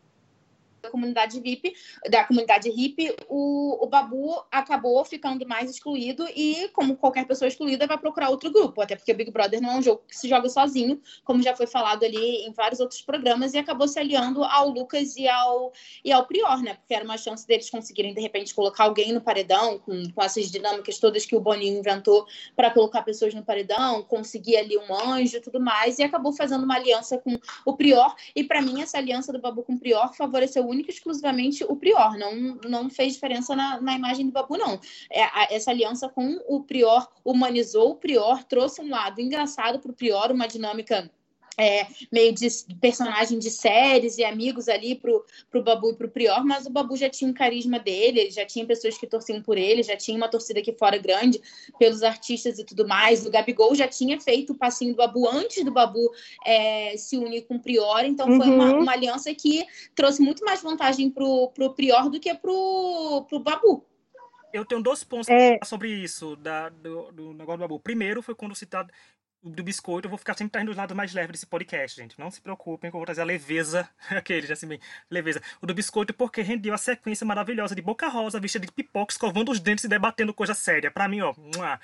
da comunidade V I P, da comunidade hippie, o, o Babu acabou ficando mais excluído e, como qualquer pessoa excluída, vai procurar outro grupo, até porque o Big Brother não é um jogo que se joga sozinho, como já foi falado ali em vários outros programas, e acabou se aliando ao Lucas e ao, e ao Prior, né? Porque era uma chance deles conseguirem, de repente, colocar alguém no paredão, com, com essas dinâmicas todas que o Boninho inventou para colocar pessoas no paredão, conseguir ali um anjo e tudo mais, e acabou fazendo uma aliança com o Prior, e para mim essa aliança do Babu com o Prior favoreceu única e exclusivamente o Prior, não, não fez diferença na, na imagem do Babu, não. É, a, essa aliança com o Prior humanizou o Prior, trouxe um lado engraçado pro Prior, uma dinâmica É, meio de personagem de séries e amigos ali pro, pro Babu e pro Prior, mas o Babu já tinha um carisma dele, já tinha pessoas que torciam por ele, já tinha uma torcida aqui fora grande pelos artistas e tudo mais. O Gabigol já tinha feito o passinho do Babu antes do Babu é, se unir com o Prior, então foi Uhum. uma, uma aliança que trouxe muito mais vantagem pro, pro Prior do que pro, pro Babu. Eu tenho dois pontos É. sobre isso, da, do, do negócio do Babu. Primeiro foi quando citado do biscoito. Eu vou ficar sempre trazendo os lados mais leves desse podcast, gente. Não se preocupem que eu vou trazer a leveza, aqueles, assim, bem, leveza. O do biscoito porque rendeu a sequência maravilhosa de Boca Rosa, vestida de pipoca, escovando os dentes e debatendo coisa séria. Pra mim, ó,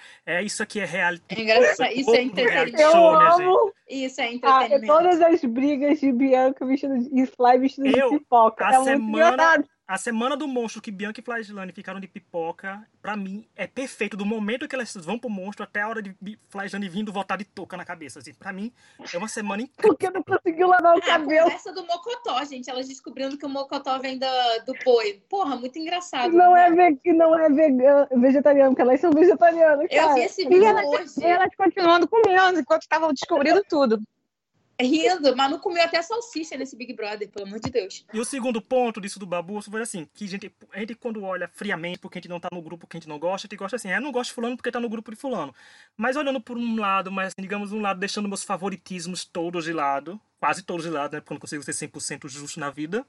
é isso aqui é reality. É engraçado, isso é entretenimento. Eu Show, minha amo. Isso é Ah, entretenimento. todas as brigas de Bianca vestida de e Fly vestida de Eu, pipoca. a É muito semana, engraçado. a semana do monstro que Bianca e Flagelane ficaram de pipoca, pra mim, é perfeito. Do momento que elas vão pro monstro até a hora de Flagelane vindo voltar de touca na cabeça. Assim, pra mim, é uma semana incrível. Porque não conseguiu lavar o Ah, a cabelo. conversa do Mocotó, gente. Elas descobrindo que o Mocotó vem do, do boi. Porra, muito engraçado. Não é, né? ve- que não é vegano, vegetariano, porque elas são vegetarianas, Eu cara. vi esse E vídeo elas, hoje. e elas continuando comendo enquanto estavam descobrindo tudo. Rindo. Manu comeu até salsicha nesse Big Brother, pelo amor de Deus. E o segundo ponto disso do Babu foi assim, que a gente, a gente quando olha friamente, porque a gente não tá no grupo que a gente não gosta, a gente gosta assim, eu não gosto de fulano porque tá no grupo de fulano. Mas olhando por um lado, mas digamos um lado, deixando meus favoritismos todos de lado, quase todos de lado, né, porque eu não consigo ser cem por cento justo na vida,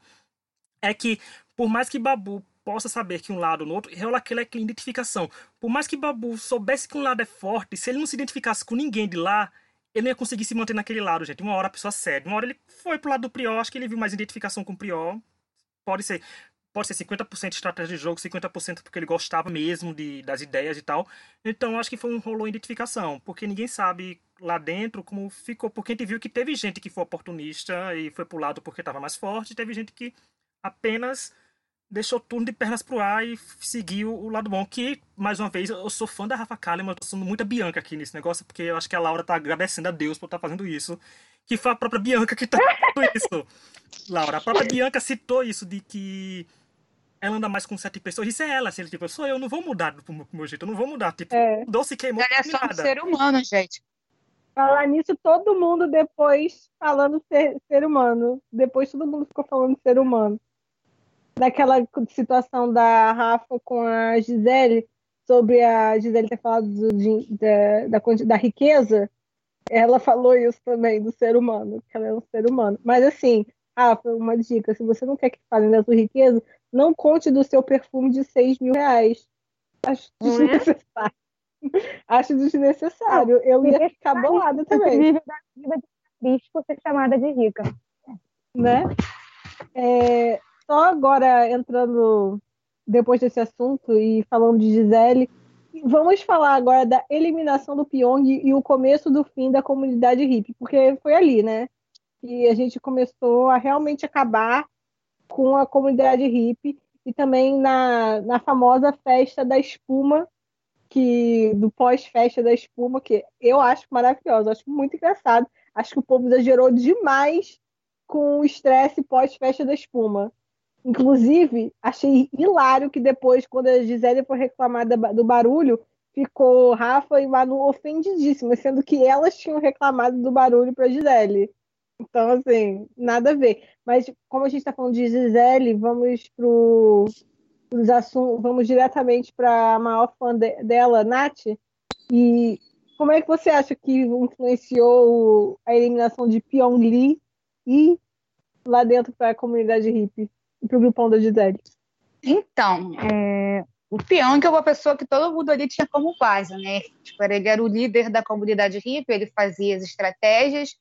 é que por mais que Babu possa saber que um lado ou no outro, rola aquela identificação. Por mais que Babu soubesse que um lado é forte, se ele não se identificasse com ninguém de lá, ele não ia conseguir se manter naquele lado, gente. Uma hora a pessoa cede. Uma hora ele foi pro lado do Prior, acho que ele viu mais identificação com o Prior. Pode ser. pode ser cinquenta por cento estratégia de jogo, cinquenta por cento porque ele gostava mesmo de, das ideias e tal. Então, acho que foi um rolou identificação, porque ninguém sabe lá dentro como ficou, porque a gente viu que teve gente que foi oportunista e foi pro lado porque estava mais forte, e teve gente que apenas deixou tudo de pernas pro ar e seguiu o lado bom, que, mais uma vez, eu sou fã da Rafa Kalimann, eu tô sendo muito a Bianca aqui nesse negócio, porque eu acho que a Laura tá agradecendo a Deus por estar fazendo isso, que foi a própria Bianca que tá fazendo isso. Laura, a própria Bianca citou isso, de que ela anda mais com sete pessoas, isso é ela, assim, tipo, sou eu, não vou mudar do meu, meu jeito, eu não vou mudar, tipo, É. mudou, se queimou, Ela é só um ser humano, gente. Falar nisso, todo mundo depois falando ser, ser humano. Depois todo mundo ficou falando ser humano. Daquela situação da Rafa com a Gisele, sobre a Gisele ter falado do, de, da, da, da riqueza, ela falou isso também, do ser humano, que ela é um ser humano. Mas assim, Rafa, uma dica, se você não quer que falem da sua riqueza, não conte do seu perfume de seis mil reais. Acho desnecessário. Acho desnecessário. Eu ia ficar bolada também. Da vida de triste por ser chamada de rica. Né? É, só agora entrando depois desse assunto e falando de Gisele, vamos falar agora da eliminação do Pyong e o começo do fim da comunidade hippie, porque foi ali, né? Que a gente começou a realmente acabar com a comunidade hippie e também na, na famosa festa da espuma, que do pós-festa da espuma, que eu acho maravilhosa, acho muito engraçado. Acho que o povo exagerou demais com o estresse pós-festa da espuma. Inclusive, achei hilário que depois, quando a Gisele foi reclamar do barulho, ficou Rafa e Manu ofendidíssimas, sendo que elas tinham reclamado do barulho para Gisele. Então, assim, nada a ver. Mas, como a gente está falando de Gisele, vamos pro os assuntos, vamos diretamente para a maior fã de, dela, Nath. E como é que você acha que influenciou a eliminação de Pyong Lee e lá dentro para a comunidade hippie e para o grupão da Gisele? Então, é, o Pyong é uma pessoa que todo mundo ali tinha como base, né? Tipo, ele era o líder da comunidade hippie, ele fazia as estratégias,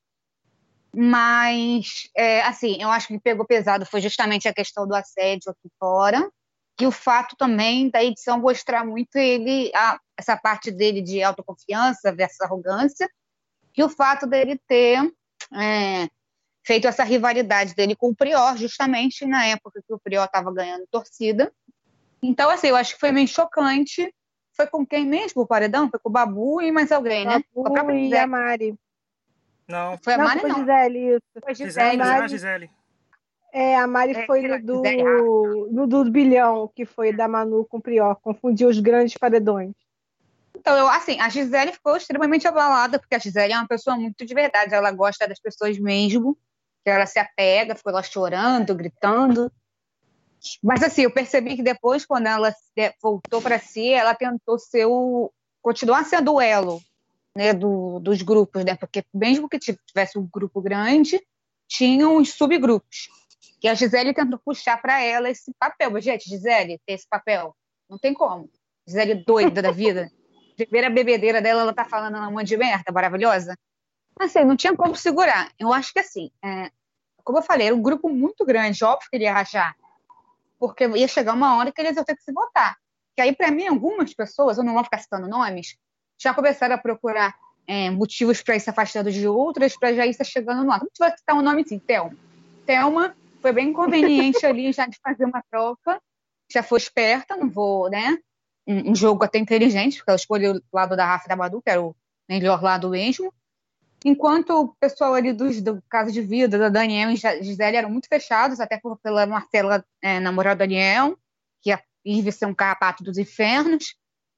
mas, é, assim, eu acho que pegou pesado foi justamente a questão do assédio aqui fora, e o fato também da edição mostrar muito ele, a, essa parte dele de autoconfiança versus arrogância, e o fato dele ter é, feito essa rivalidade dele com o Prior, justamente na época que o Prior estava ganhando torcida. Então, assim, eu acho que foi meio chocante. Foi com quem mesmo o paredão? Foi com o Babu e mais alguém, Babu né? Com a própria e Gisele. a Mari. Não. Foi a não, Mari, foi não. Gisele, isso. Foi Gisele, Gisele. Gisele, a Gisele. É, a Mari É, foi sei lá, no do, Gisele. Ah, no do bilhão, que foi da Manu com o Prior, confundiu os grandes paredões. então, eu, assim, a Gisele ficou extremamente abalada, porque a Gisele é uma pessoa muito de verdade, ela gosta das pessoas mesmo, que ela se apega, ficou lá chorando, gritando. Mas, assim, eu percebi que depois, quando ela voltou para si, ela tentou ser o, continuar sendo o elo, né, do, dos grupos, né? Porque mesmo que tivesse um grupo grande, tinham os subgrupos. E a Gisele tentou puxar para ela esse papel. Mas, gente, Gisele tem esse papel? Não tem como. Gisele doida da vida. Primeira bebedeira dela, ela tá falando um monte de merda maravilhosa. Assim, não tinha como segurar. Eu acho que, assim, é, como eu falei, era um grupo muito grande, óbvio que ele ia rachar. Porque ia chegar uma hora que eles iam ter que se votar. Que aí, para mim, algumas pessoas, eu não vou ficar citando nomes, já começaram a procurar é, motivos para ir se afastando de outras, para já ir se chegando no ar. Vamos vai citar um nome assim, Thelma. Thelma foi bem conveniente ali já de fazer uma troca, já foi esperta, não vou, né? Um, um jogo até inteligente, porque ela escolheu o lado da Rafa e da Madu, que era o melhor lado mesmo. Enquanto o pessoal ali dos, do Casa de Vida, da Daniel e Gisele eram muito fechados, até por, pela Marcela, é, namorada do Daniel, que ia ser um carrapato dos infernos.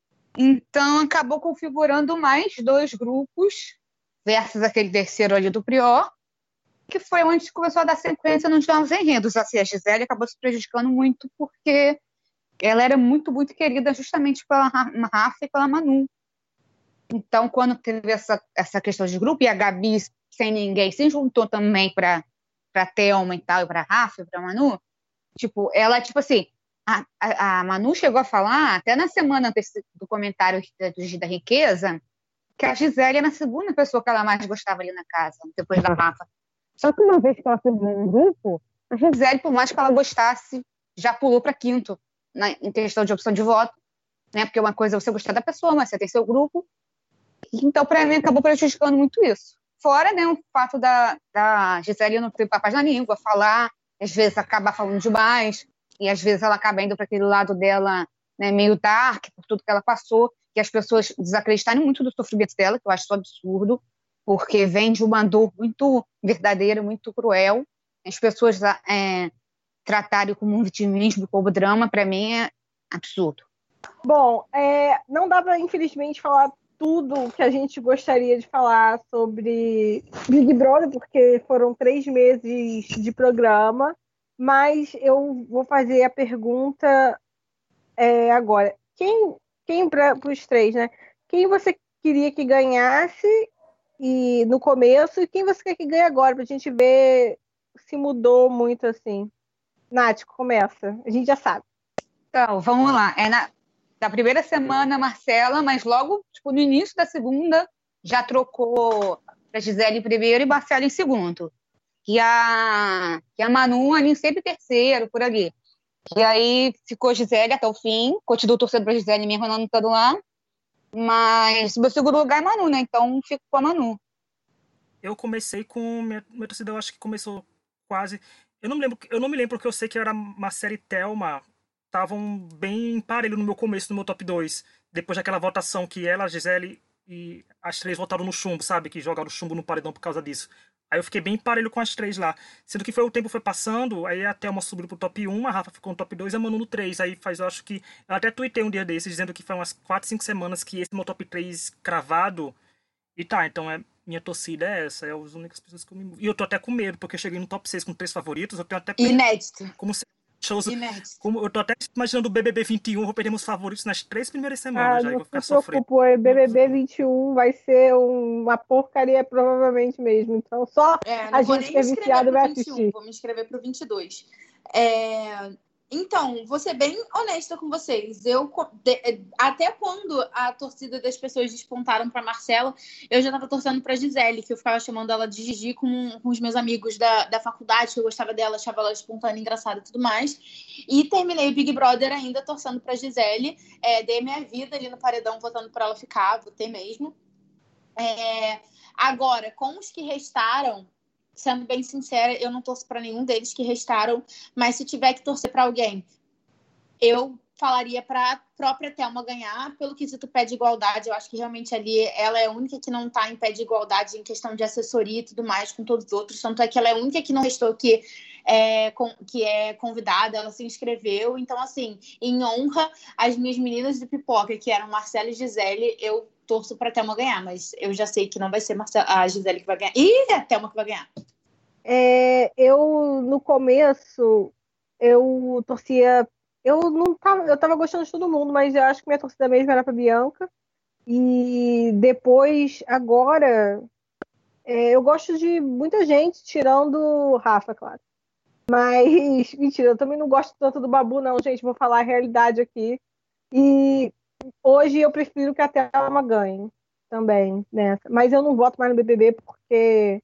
Então, acabou configurando mais dois grupos versus aquele terceiro ali do Prior, que foi onde começou a dar sequência nos novos enredos. Assim, a Gisele acabou se prejudicando muito porque ela era muito, muito querida justamente pela Rafa e pela Manu. Então, quando teve essa, essa questão de grupo, e a Gabi, sem ninguém, se juntou também para a Thelma e tal, e para a Rafa e para a Manu, tipo, ela, tipo assim, a, a, a Manu chegou a falar, até na semana desse, do comentário do G da Riqueza, que a Gisele era a segunda pessoa que ela mais gostava ali na casa, depois da Rafa. Só que uma vez que ela formou um grupo, a Gisele, por mais que ela gostasse já pulou para quinto na, em questão de opção de voto, né? Porque uma coisa é você gostar da pessoa, mas você tem seu grupo. Então, para mim, acabou prejudicando muito isso. Fora, né, o fato da, da Gisele não ter papas na língua, falar, às vezes acaba falando demais, e às vezes ela acaba indo para aquele lado dela, né, meio dark, por tudo que ela passou, que as pessoas desacreditarem muito do sofrimento dela, que eu acho isso absurdo, porque vem de uma dor muito verdadeira, muito cruel. As pessoas é, tratarem como um vitimismo, como drama, para mim é absurdo. Bom, é, não dá para, infelizmente, falar tudo que a gente gostaria de falar sobre Big Brother, porque foram três meses de programa, mas eu vou fazer a pergunta é, agora. Quem, quem para os três, né? Quem você queria que ganhasse e, no começo, e quem você quer que ganhe agora, para a gente ver se mudou muito assim. Nath, começa. A gente já sabe. Então, vamos lá. É na... Da primeira semana, Marcela, mas logo, tipo, no início da segunda, já trocou para Gisele em primeiro e Marcela em segundo. E a, e a Manu ali sempre terceiro, por ali. E aí ficou Gisele até o fim, continuou torcendo para Gisele mesmo, ela não estando lá. Mas o meu segundo lugar é Manu, né? Então fico com a Manu. Eu comecei com... Minha, minha torcida, eu acho que começou quase... Eu não me lembro, eu não me lembro porque eu sei que era Marcela e Thelma estavam bem parelho no meu começo, no meu top dois. Depois daquela votação que ela, a Gisele e as três votaram no chumbo, sabe? Que jogaram o chumbo no paredão por causa disso. Aí eu fiquei bem parelho com as três lá. Sendo que foi, o tempo foi passando, aí a Thelma subiu pro top um, a Rafa ficou no top dois e a Manu no três. Aí faz, eu acho que... Eu até tuitei um dia desses, dizendo que foi umas quatro, cinco semanas que esse meu top três cravado. E tá, então é... Minha torcida é essa, é as únicas pessoas que eu me... E eu tô até com medo, porque eu cheguei no top seis com três favoritos, eu tenho até... Inédito. Como se... Shows, Inédito. como eu tô até imaginando o B B B vinte e um, vou perder meus favoritos nas três primeiras semanas Ah, já, e não vou se ficar sofrendo. preocupe, o B B B vinte e um vai ser uma porcaria, provavelmente mesmo. Então, só É, a não vou gente nem que é me inscrever viciado vai pro vinte e um, assistir. vou me inscrever pro vinte e dois. É... Então, vou ser bem honesta com vocês. Eu de, até quando a torcida das pessoas despontaram para Marcela, eu já estava torcendo para Gisele, que eu ficava chamando ela de Gigi com, com os meus amigos da, da faculdade, que eu gostava dela, achava ela espontânea, engraçada e tudo mais. E terminei o Big Brother ainda torcendo para Gisele. É, dei minha vida ali no paredão votando para ela ficar, votei mesmo. É, agora, com os que restaram, sendo bem sincera, eu não torço para nenhum deles que restaram, mas se tiver que torcer para alguém, eu falaria para a própria Thelma ganhar pelo quesito pé de igualdade. Eu acho que realmente ali ela é a única que não está em pé de igualdade em questão de assessoria e tudo mais com todos os outros. Tanto é que ela é a única que não restou que é, com, que é convidada, ela se inscreveu. Então, assim, em honra às minhas meninas de pipoca, que eram Marcela e Gisele, eu torço para a Thelma ganhar, mas eu já sei que não vai ser Marcela, a Gisele que vai ganhar. E a Thelma que vai ganhar. É, eu, no começo, eu torcia... Eu não tava, eu tava gostando de todo mundo, mas eu acho que minha torcida mesmo era pra Bianca. E depois, agora, é, eu gosto de muita gente, tirando o Rafa, claro. Mas, mentira, eu também não gosto tanto do Babu, não, gente. Vou falar a realidade aqui. E hoje eu prefiro que a Thelma ganhe também nessa. Mas eu não voto mais no B B B porque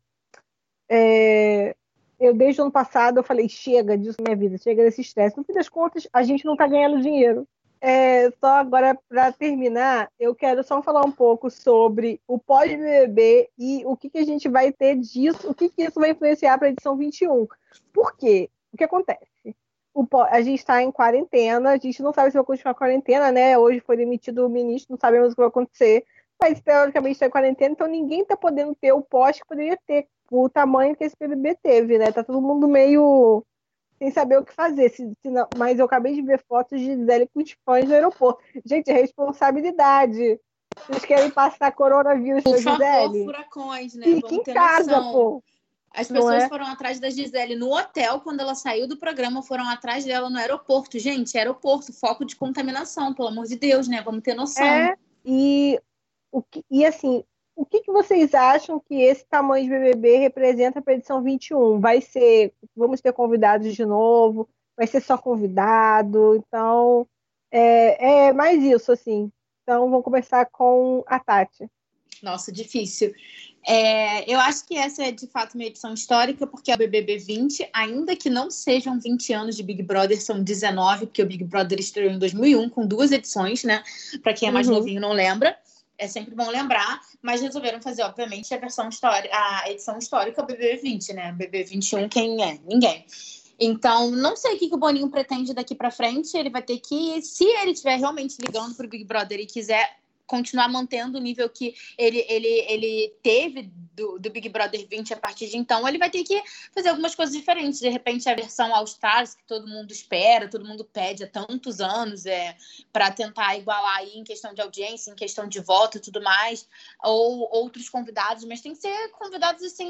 é, eu, desde o ano passado, eu falei, chega disso na minha vida, chega desse estresse. No fim das contas, a gente não está ganhando dinheiro. É, só agora, para terminar, eu quero só falar um pouco sobre o pós-B B B e o que, que a gente vai ter disso, o que, que isso vai influenciar para a edição vinte e um. Por quê? O que acontece? O, a gente está em quarentena, a gente não sabe se vai continuar a quarentena, né? Hoje foi demitido o ministro, não sabemos o que vai acontecer, mas teoricamente está em quarentena, então ninguém está podendo ter o pós que poderia ter, o tamanho que esse B B B teve, né? Tá todo mundo meio sem saber o que fazer. Se, se não, mas eu acabei de ver fotos de Gisele com os fãs no aeroporto. Gente, responsabilidade. Vocês querem passar coronavírus Por pra favor, Gisele? furacões, né? Fique Vamos em ter casa, noção. pô. As Não pessoas é? foram atrás da Gisele no hotel quando ela saiu do programa, foram atrás dela no aeroporto. Gente, aeroporto, foco de contaminação, pelo amor de Deus, né? Vamos ter noção. É, e, o que, e assim, o que, que vocês acham que esse tamanho de B B B representa para a edição vinte e um? Vai ser, vamos ter convidados de novo? Vai ser só convidado? Então, é, é mais isso, assim. Então, vamos começar com a Tati. Nossa, difícil. É, eu acho que essa é, de fato, uma edição histórica, porque é o B B B vinte, ainda que não sejam vinte anos de Big Brother, são dezenove, porque o Big Brother estreou em dois mil e um, com duas edições, né? Para quem é mais Uhum. novinho não lembra, é sempre bom lembrar, mas resolveram fazer, obviamente, a versão histórica, a edição histórica B B B vinte, né? B B B vinte e um, quem é? Ninguém. Então, não sei o que, que o Boninho pretende daqui para frente. Ele vai ter que, se ele estiver realmente ligando pro Big Brother e quiser continuar mantendo o nível que ele, ele, ele teve do, do Big Brother vinte a partir de então, ele vai ter que fazer algumas coisas diferentes. De repente, a versão All Stars, que todo mundo espera, todo mundo pede há tantos anos, é, para tentar igualar aí em questão de audiência, em questão de voto e tudo mais, ou outros convidados, mas tem que ser convidados assim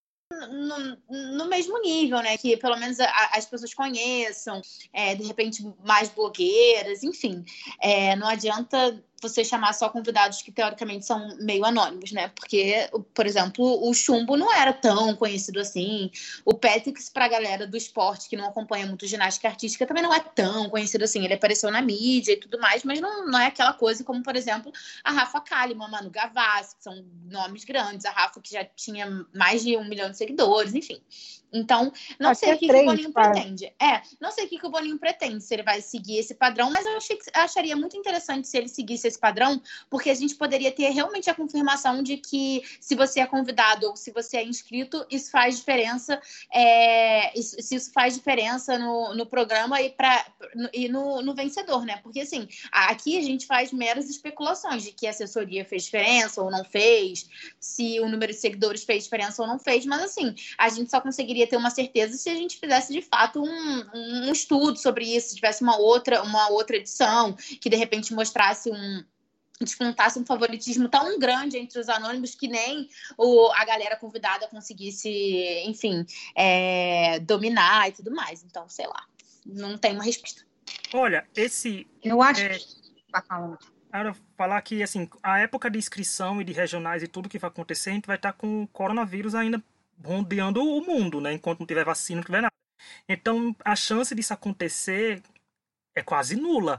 no, no mesmo nível, né? Que pelo menos a, as pessoas conheçam, é, de repente mais blogueiras, enfim. É, não adianta você chamar só convidados que teoricamente são meio anônimos, né? Porque, por exemplo, o Chumbo não era tão conhecido assim. O Patrick, pra galera do esporte que não acompanha muito ginástica artística, também não é tão conhecido assim. Ele apareceu na mídia e tudo mais, mas não, não é aquela coisa como, por exemplo, a Rafa Kalimann, a Manu Gavassi, que são nomes grandes. A Rafa, que já tinha mais de um milhão de seguidores, enfim. Então, não Acho sei que o que, é que o três, Boninho quase. pretende. É, não sei o que, que o Boninho pretende, se ele vai seguir esse padrão, mas eu achei que, acharia muito interessante se ele seguisse esse padrão, porque a gente poderia ter realmente a confirmação de que se você é convidado ou se você é inscrito, isso faz diferença, é, isso, se isso faz diferença no, no programa e, pra, e no, no vencedor, né? Porque, assim, aqui a gente faz meras especulações de que a assessoria fez diferença ou não fez, se o número de seguidores fez diferença ou não fez, mas, assim, a gente só conseguiria ter uma certeza se a gente fizesse, de fato, um, um estudo sobre isso, se tivesse uma outra, uma outra edição, que, de repente, mostrasse um despontasse um favoritismo tão grande entre os anônimos que nem o, a galera convidada conseguisse, enfim, é, dominar e tudo mais. Então, sei lá, não tem uma resposta. Olha, esse... Eu acho É, que... Tá falando. Era falar que, assim, a época de inscrição e de regionais e tudo que vai acontecer, a gente vai estar com o coronavírus ainda rodeando o mundo, né? Enquanto não tiver vacina, não tiver nada. Então, a chance disso acontecer é quase nula.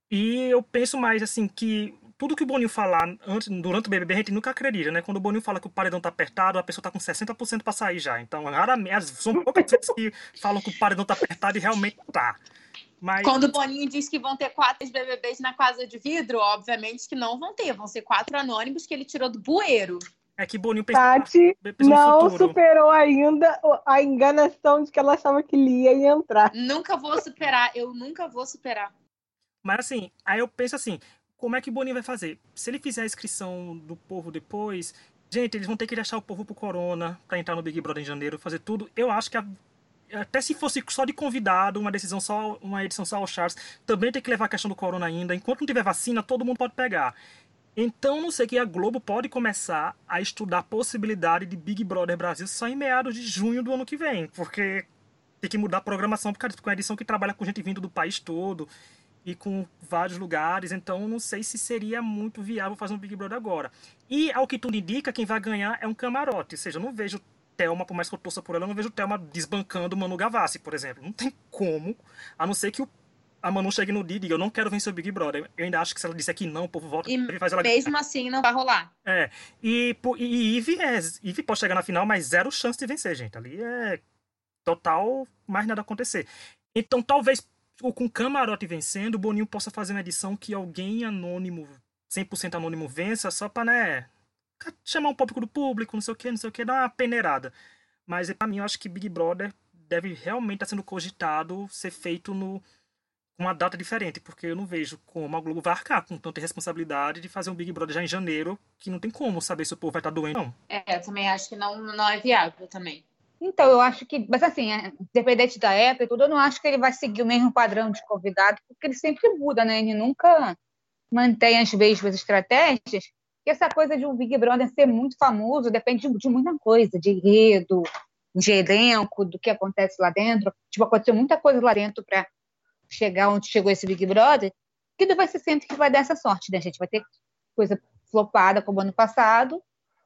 E eu penso mais, assim, que tudo que o Boninho falar antes, durante o B B B, a gente nunca acredita, né? Quando o Boninho fala que o paredão tá apertado, a pessoa tá com sessenta por cento pra sair já. Então, raramente, são poucas pessoas que falam que o paredão tá apertado e realmente tá. Mas... Quando o Boninho diz que vão ter quatro B B Bs na casa de vidro, obviamente que não vão ter. Vão ser quatro anônimos que ele tirou do bueiro. É que Boninho pensa, Tati pensa no não futuro. superou ainda a enganação de que ela achava que ele ia entrar. Nunca vou superar, eu nunca vou superar. Mas assim, aí eu penso assim, como é que o Boninho vai fazer? Se ele fizer a inscrição do povo depois, gente, eles vão ter que deixar o povo pro Corona pra entrar no Big Brother em janeiro, fazer tudo. Eu acho que a, até se fosse só de convidado, uma decisão só, uma edição só ao Charles, também tem que levar a questão do Corona ainda. Enquanto não tiver vacina, todo mundo pode pegar. Então, não sei que a Globo pode começar a estudar a possibilidade de Big Brother Brasil só em meados de junho do ano que vem, porque tem que mudar a programação, porque é uma edição que trabalha com gente vindo do país todo e com vários lugares, então não sei se seria muito viável fazer um Big Brother agora. E, ao que tudo indica, quem vai ganhar é um camarote, ou seja, eu não vejo Thelma, por mais que eu torça por ela, eu não vejo Thelma desbancando Manu Gavassi, por exemplo. Não tem como, a não ser que o a Manu chegue no dia e diga, eu não quero vencer o Big Brother. Eu ainda acho que se ela disser que não, o povo volta e e faz ela mesmo assim não vai rolar. É, e, e, e Ivy, é, Ivy pode chegar na final, mas zero chance de vencer, gente. Ali é total, mais nada acontecer. Então, talvez, com o camarote vencendo, o Boninho possa fazer uma edição que alguém anônimo, cem por cento anônimo, vença, só pra, né, chamar um pouco do público, não sei o que, não sei o que, dar uma peneirada. Mas, pra mim, eu acho que Big Brother deve realmente estar sendo cogitado ser feito no uma data diferente, porque eu não vejo como a Globo vai arcar com tanta responsabilidade de fazer um Big Brother já em janeiro, que não tem como saber se o povo vai estar doente ou não. É, eu também acho que não, não é viável também. Então, eu acho que, mas assim, é, independente da época e tudo, eu não acho que ele vai seguir o mesmo padrão de convidado, porque ele sempre muda, né? Ele nunca mantém as mesmas estratégias, que essa coisa de um Big Brother ser muito famoso depende de, de muita coisa, de enredo, de elenco, do que acontece lá dentro. Tipo, aconteceu muita coisa lá dentro para chegar onde chegou esse Big Brother, que não vai ser sempre que vai dar essa sorte, né? A gente vai ter coisa flopada como ano passado,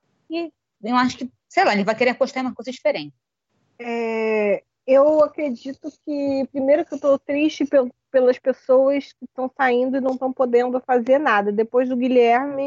e eu acho que, sei lá, ele vai querer apostar em uma coisa diferente. É, eu acredito que, primeiro que eu estou triste pel- pelas pessoas que estão saindo e não estão podendo fazer nada. Depois do Guilherme,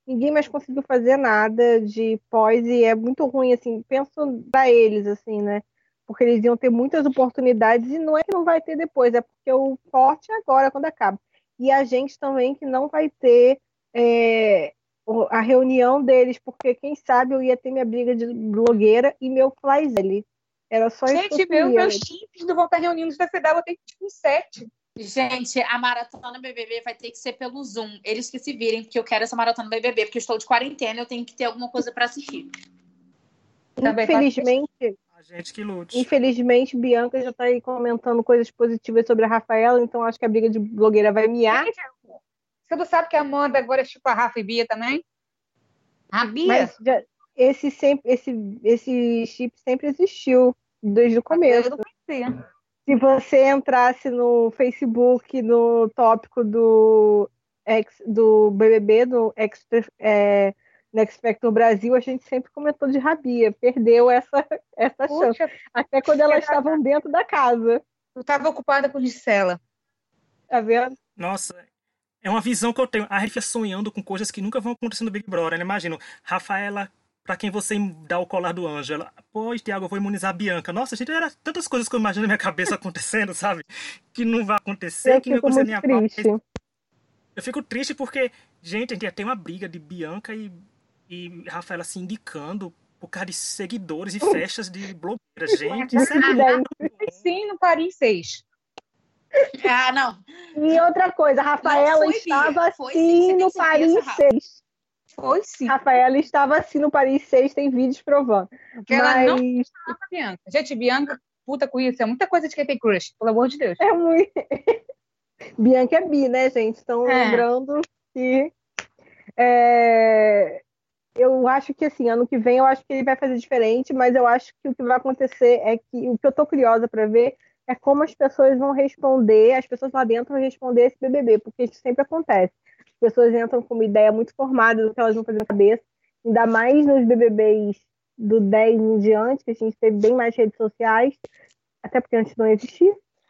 ninguém mais conseguiu fazer nada de pós e é muito ruim, assim, penso pra eles, assim, né? Porque eles iam ter muitas oportunidades e não é que não vai ter depois, é porque o forte é agora, quando acaba. E a gente também que não vai ter é, o- a reunião deles, porque quem sabe eu ia ter minha briga de blogueira e meu Flyzelle. Era só isso que eu Gente, meu, queria. meus chips não vão estar reunindo no C C W, eu tenho tipo sete. Gente, a maratona B B B vai ter que ser pelo Zoom. Eles que se virem, porque eu quero essa maratona B B B, porque eu estou de quarentena, eu tenho que ter alguma coisa para assistir. Também Infelizmente, A gente que lute. infelizmente, Bianca já está aí comentando coisas positivas sobre a Rafaela, então acho que a briga de blogueira vai miar. Gente, você não sabe que a Amanda agora é tipo a Rafa e Bia também? A Bia? Mas já- esse, sempre, esse, esse chip sempre existiu, desde o começo. Eu não conhecia. Se você entrasse no Facebook, no tópico do, X, do B B B, do X, é, no X Factor Brasil, a gente sempre comentou de Rabia. Perdeu essa, essa chance. Puxa, Até quando elas verdade. estavam dentro da casa. eu estava ocupada com Gisela. Tá vendo? Nossa, é uma visão que eu tenho. A gente fica sonhando com coisas que nunca vão acontecer no Big Brother, né? Imagino, Rafaela, pra quem você dá o colar do anjo, ela, pô, Thiago, eu vou imunizar a Bianca. Nossa, gente, era tantas coisas que eu imagino na minha cabeça acontecendo, sabe? Que não vai acontecer, Eu que não vai fico acontecer muito nem a pau. triste. Eu fico triste porque, gente, a gente ia ter uma briga de Bianca e, e Rafaela se indicando por causa de seguidores e festas de blogueiras. Gente, isso é muito bom. Sim, no Paris seis. Ah, não. E outra coisa, a Rafaela Não foi, estava Bia. Foi sim, assim você tem no certeza, Paris Rafa? seis. Foi sim. Rafaela estava assim no Paris seis, tem vídeos provando. Ela Mas não estava Bianca. Gente, Bianca, puta com isso. É muita coisa de quem tem crush, pelo amor de Deus. é muito. Bianca é bi, né, gente? Estão É. lembrando que. é, Eu acho que assim, ano que vem eu acho que ele vai fazer diferente, mas eu acho que o que vai acontecer é que o que eu tô curiosa para ver é como as pessoas vão responder, as pessoas lá dentro vão responder esse B B B, porque isso sempre acontece. As pessoas entram com uma ideia muito formada do que elas vão fazer na cabeça, ainda mais nos B B Bs do dez em diante, que a gente teve bem mais redes sociais, até porque antes não existia.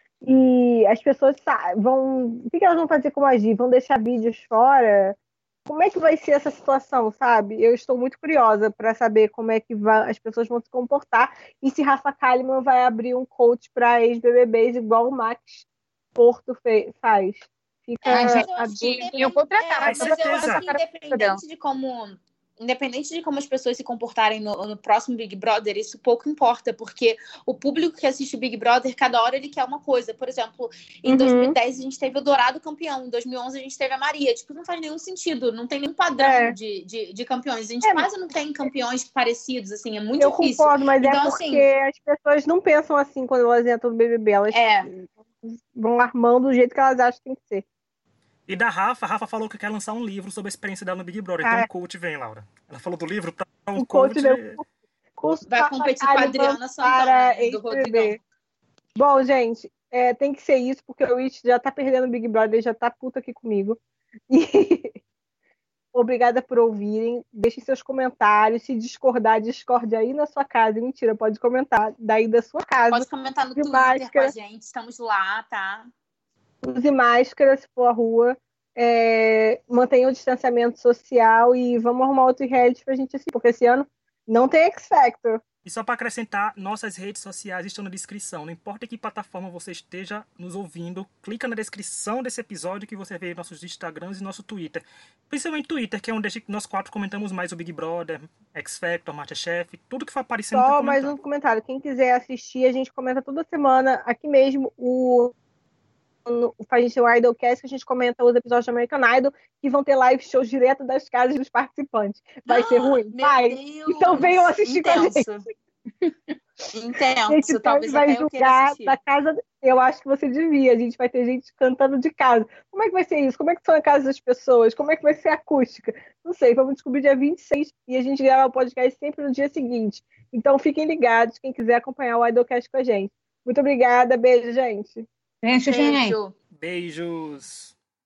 E as pessoas sa- vão. O que que elas vão fazer como agir? Vão deixar vídeos fora? Como é que vai ser essa situação, sabe? Eu estou muito curiosa para saber como é que vai- as pessoas vão se comportar e se Rafa Kalimann vai abrir um coach para ex-B B Bs igual o Max Porto fe- faz. Fica Ai, gente, Mas eu a acho que dúvida. eu contratava. é, Com mas eu certeza. acho que independente de como independente de como as pessoas se comportarem no, no próximo Big Brother, isso pouco importa, porque o público que assiste o Big Brother, cada hora ele quer uma coisa. Por exemplo, em Uhum. dois mil e dez a gente teve o Dourado campeão, em dois mil e onze a gente teve a Maria. Tipo, não faz nenhum sentido, não tem nenhum padrão É. de, de, de campeões. A gente É. quase não tem campeões parecidos, assim, é muito Eu difícil. concordo, mas Então, é porque as pessoas não pensam assim quando elas entram no B B B. Elas É, vão armando do jeito que elas acham que tem que ser. E da Rafa, a Rafa falou que quer lançar um livro sobre a experiência dela no Big Brother. Então Ah, o coach vem, Laura. Ela falou do livro para um o coach. coach deu curso vai Rafa competir com a Kalimann Adriana Santana, para né, do ex-B B B. Rodrigão. Bom, gente, é, tem que ser isso, porque o It já tá perdendo o Big Brother, já tá puto aqui comigo. E obrigada por ouvirem. Deixem seus comentários. Se discordar, discorde aí na sua casa. Mentira, pode comentar daí da sua casa. Pode comentar no De Twitter com a máscara. gente, estamos lá, tá? Use máscara se for à rua. É, mantenha o distanciamento social e vamos arrumar outro reality pra gente assistir, porque esse ano não tem X Factor. E só para acrescentar, nossas redes sociais estão na descrição. Não importa em que plataforma você esteja nos ouvindo, clica na descrição desse episódio que você vê nossos Instagrams e nosso Twitter. Principalmente Twitter, que é onde nós quatro comentamos mais o Big Brother, X Factor, MasterChef, tudo que for aparecendo. Só tá mais um comentário. Quem quiser assistir, a gente comenta toda semana aqui mesmo o no, a gente tem o Idolcast, que a gente comenta os episódios de American Idol, que vão ter live shows direto das casas dos participantes. Vai ser ruim? Meu Vai! Deus! Então venham assistir Intenso. com a gente. Intenso. A gente Talvez vai até eu queira julgar assistir. da casa. Eu acho que você devia. A gente vai ter gente cantando de casa. Como é que vai ser isso? Como é que são a casa das pessoas? Como é que vai ser a acústica? Não sei. Vamos descobrir dia vinte e seis e a gente grava o podcast sempre no dia seguinte. Então fiquem ligados, quem quiser acompanhar o Idolcast com a gente. Muito obrigada. Beijo, gente. Beijo, gente. Beijo. Beijos!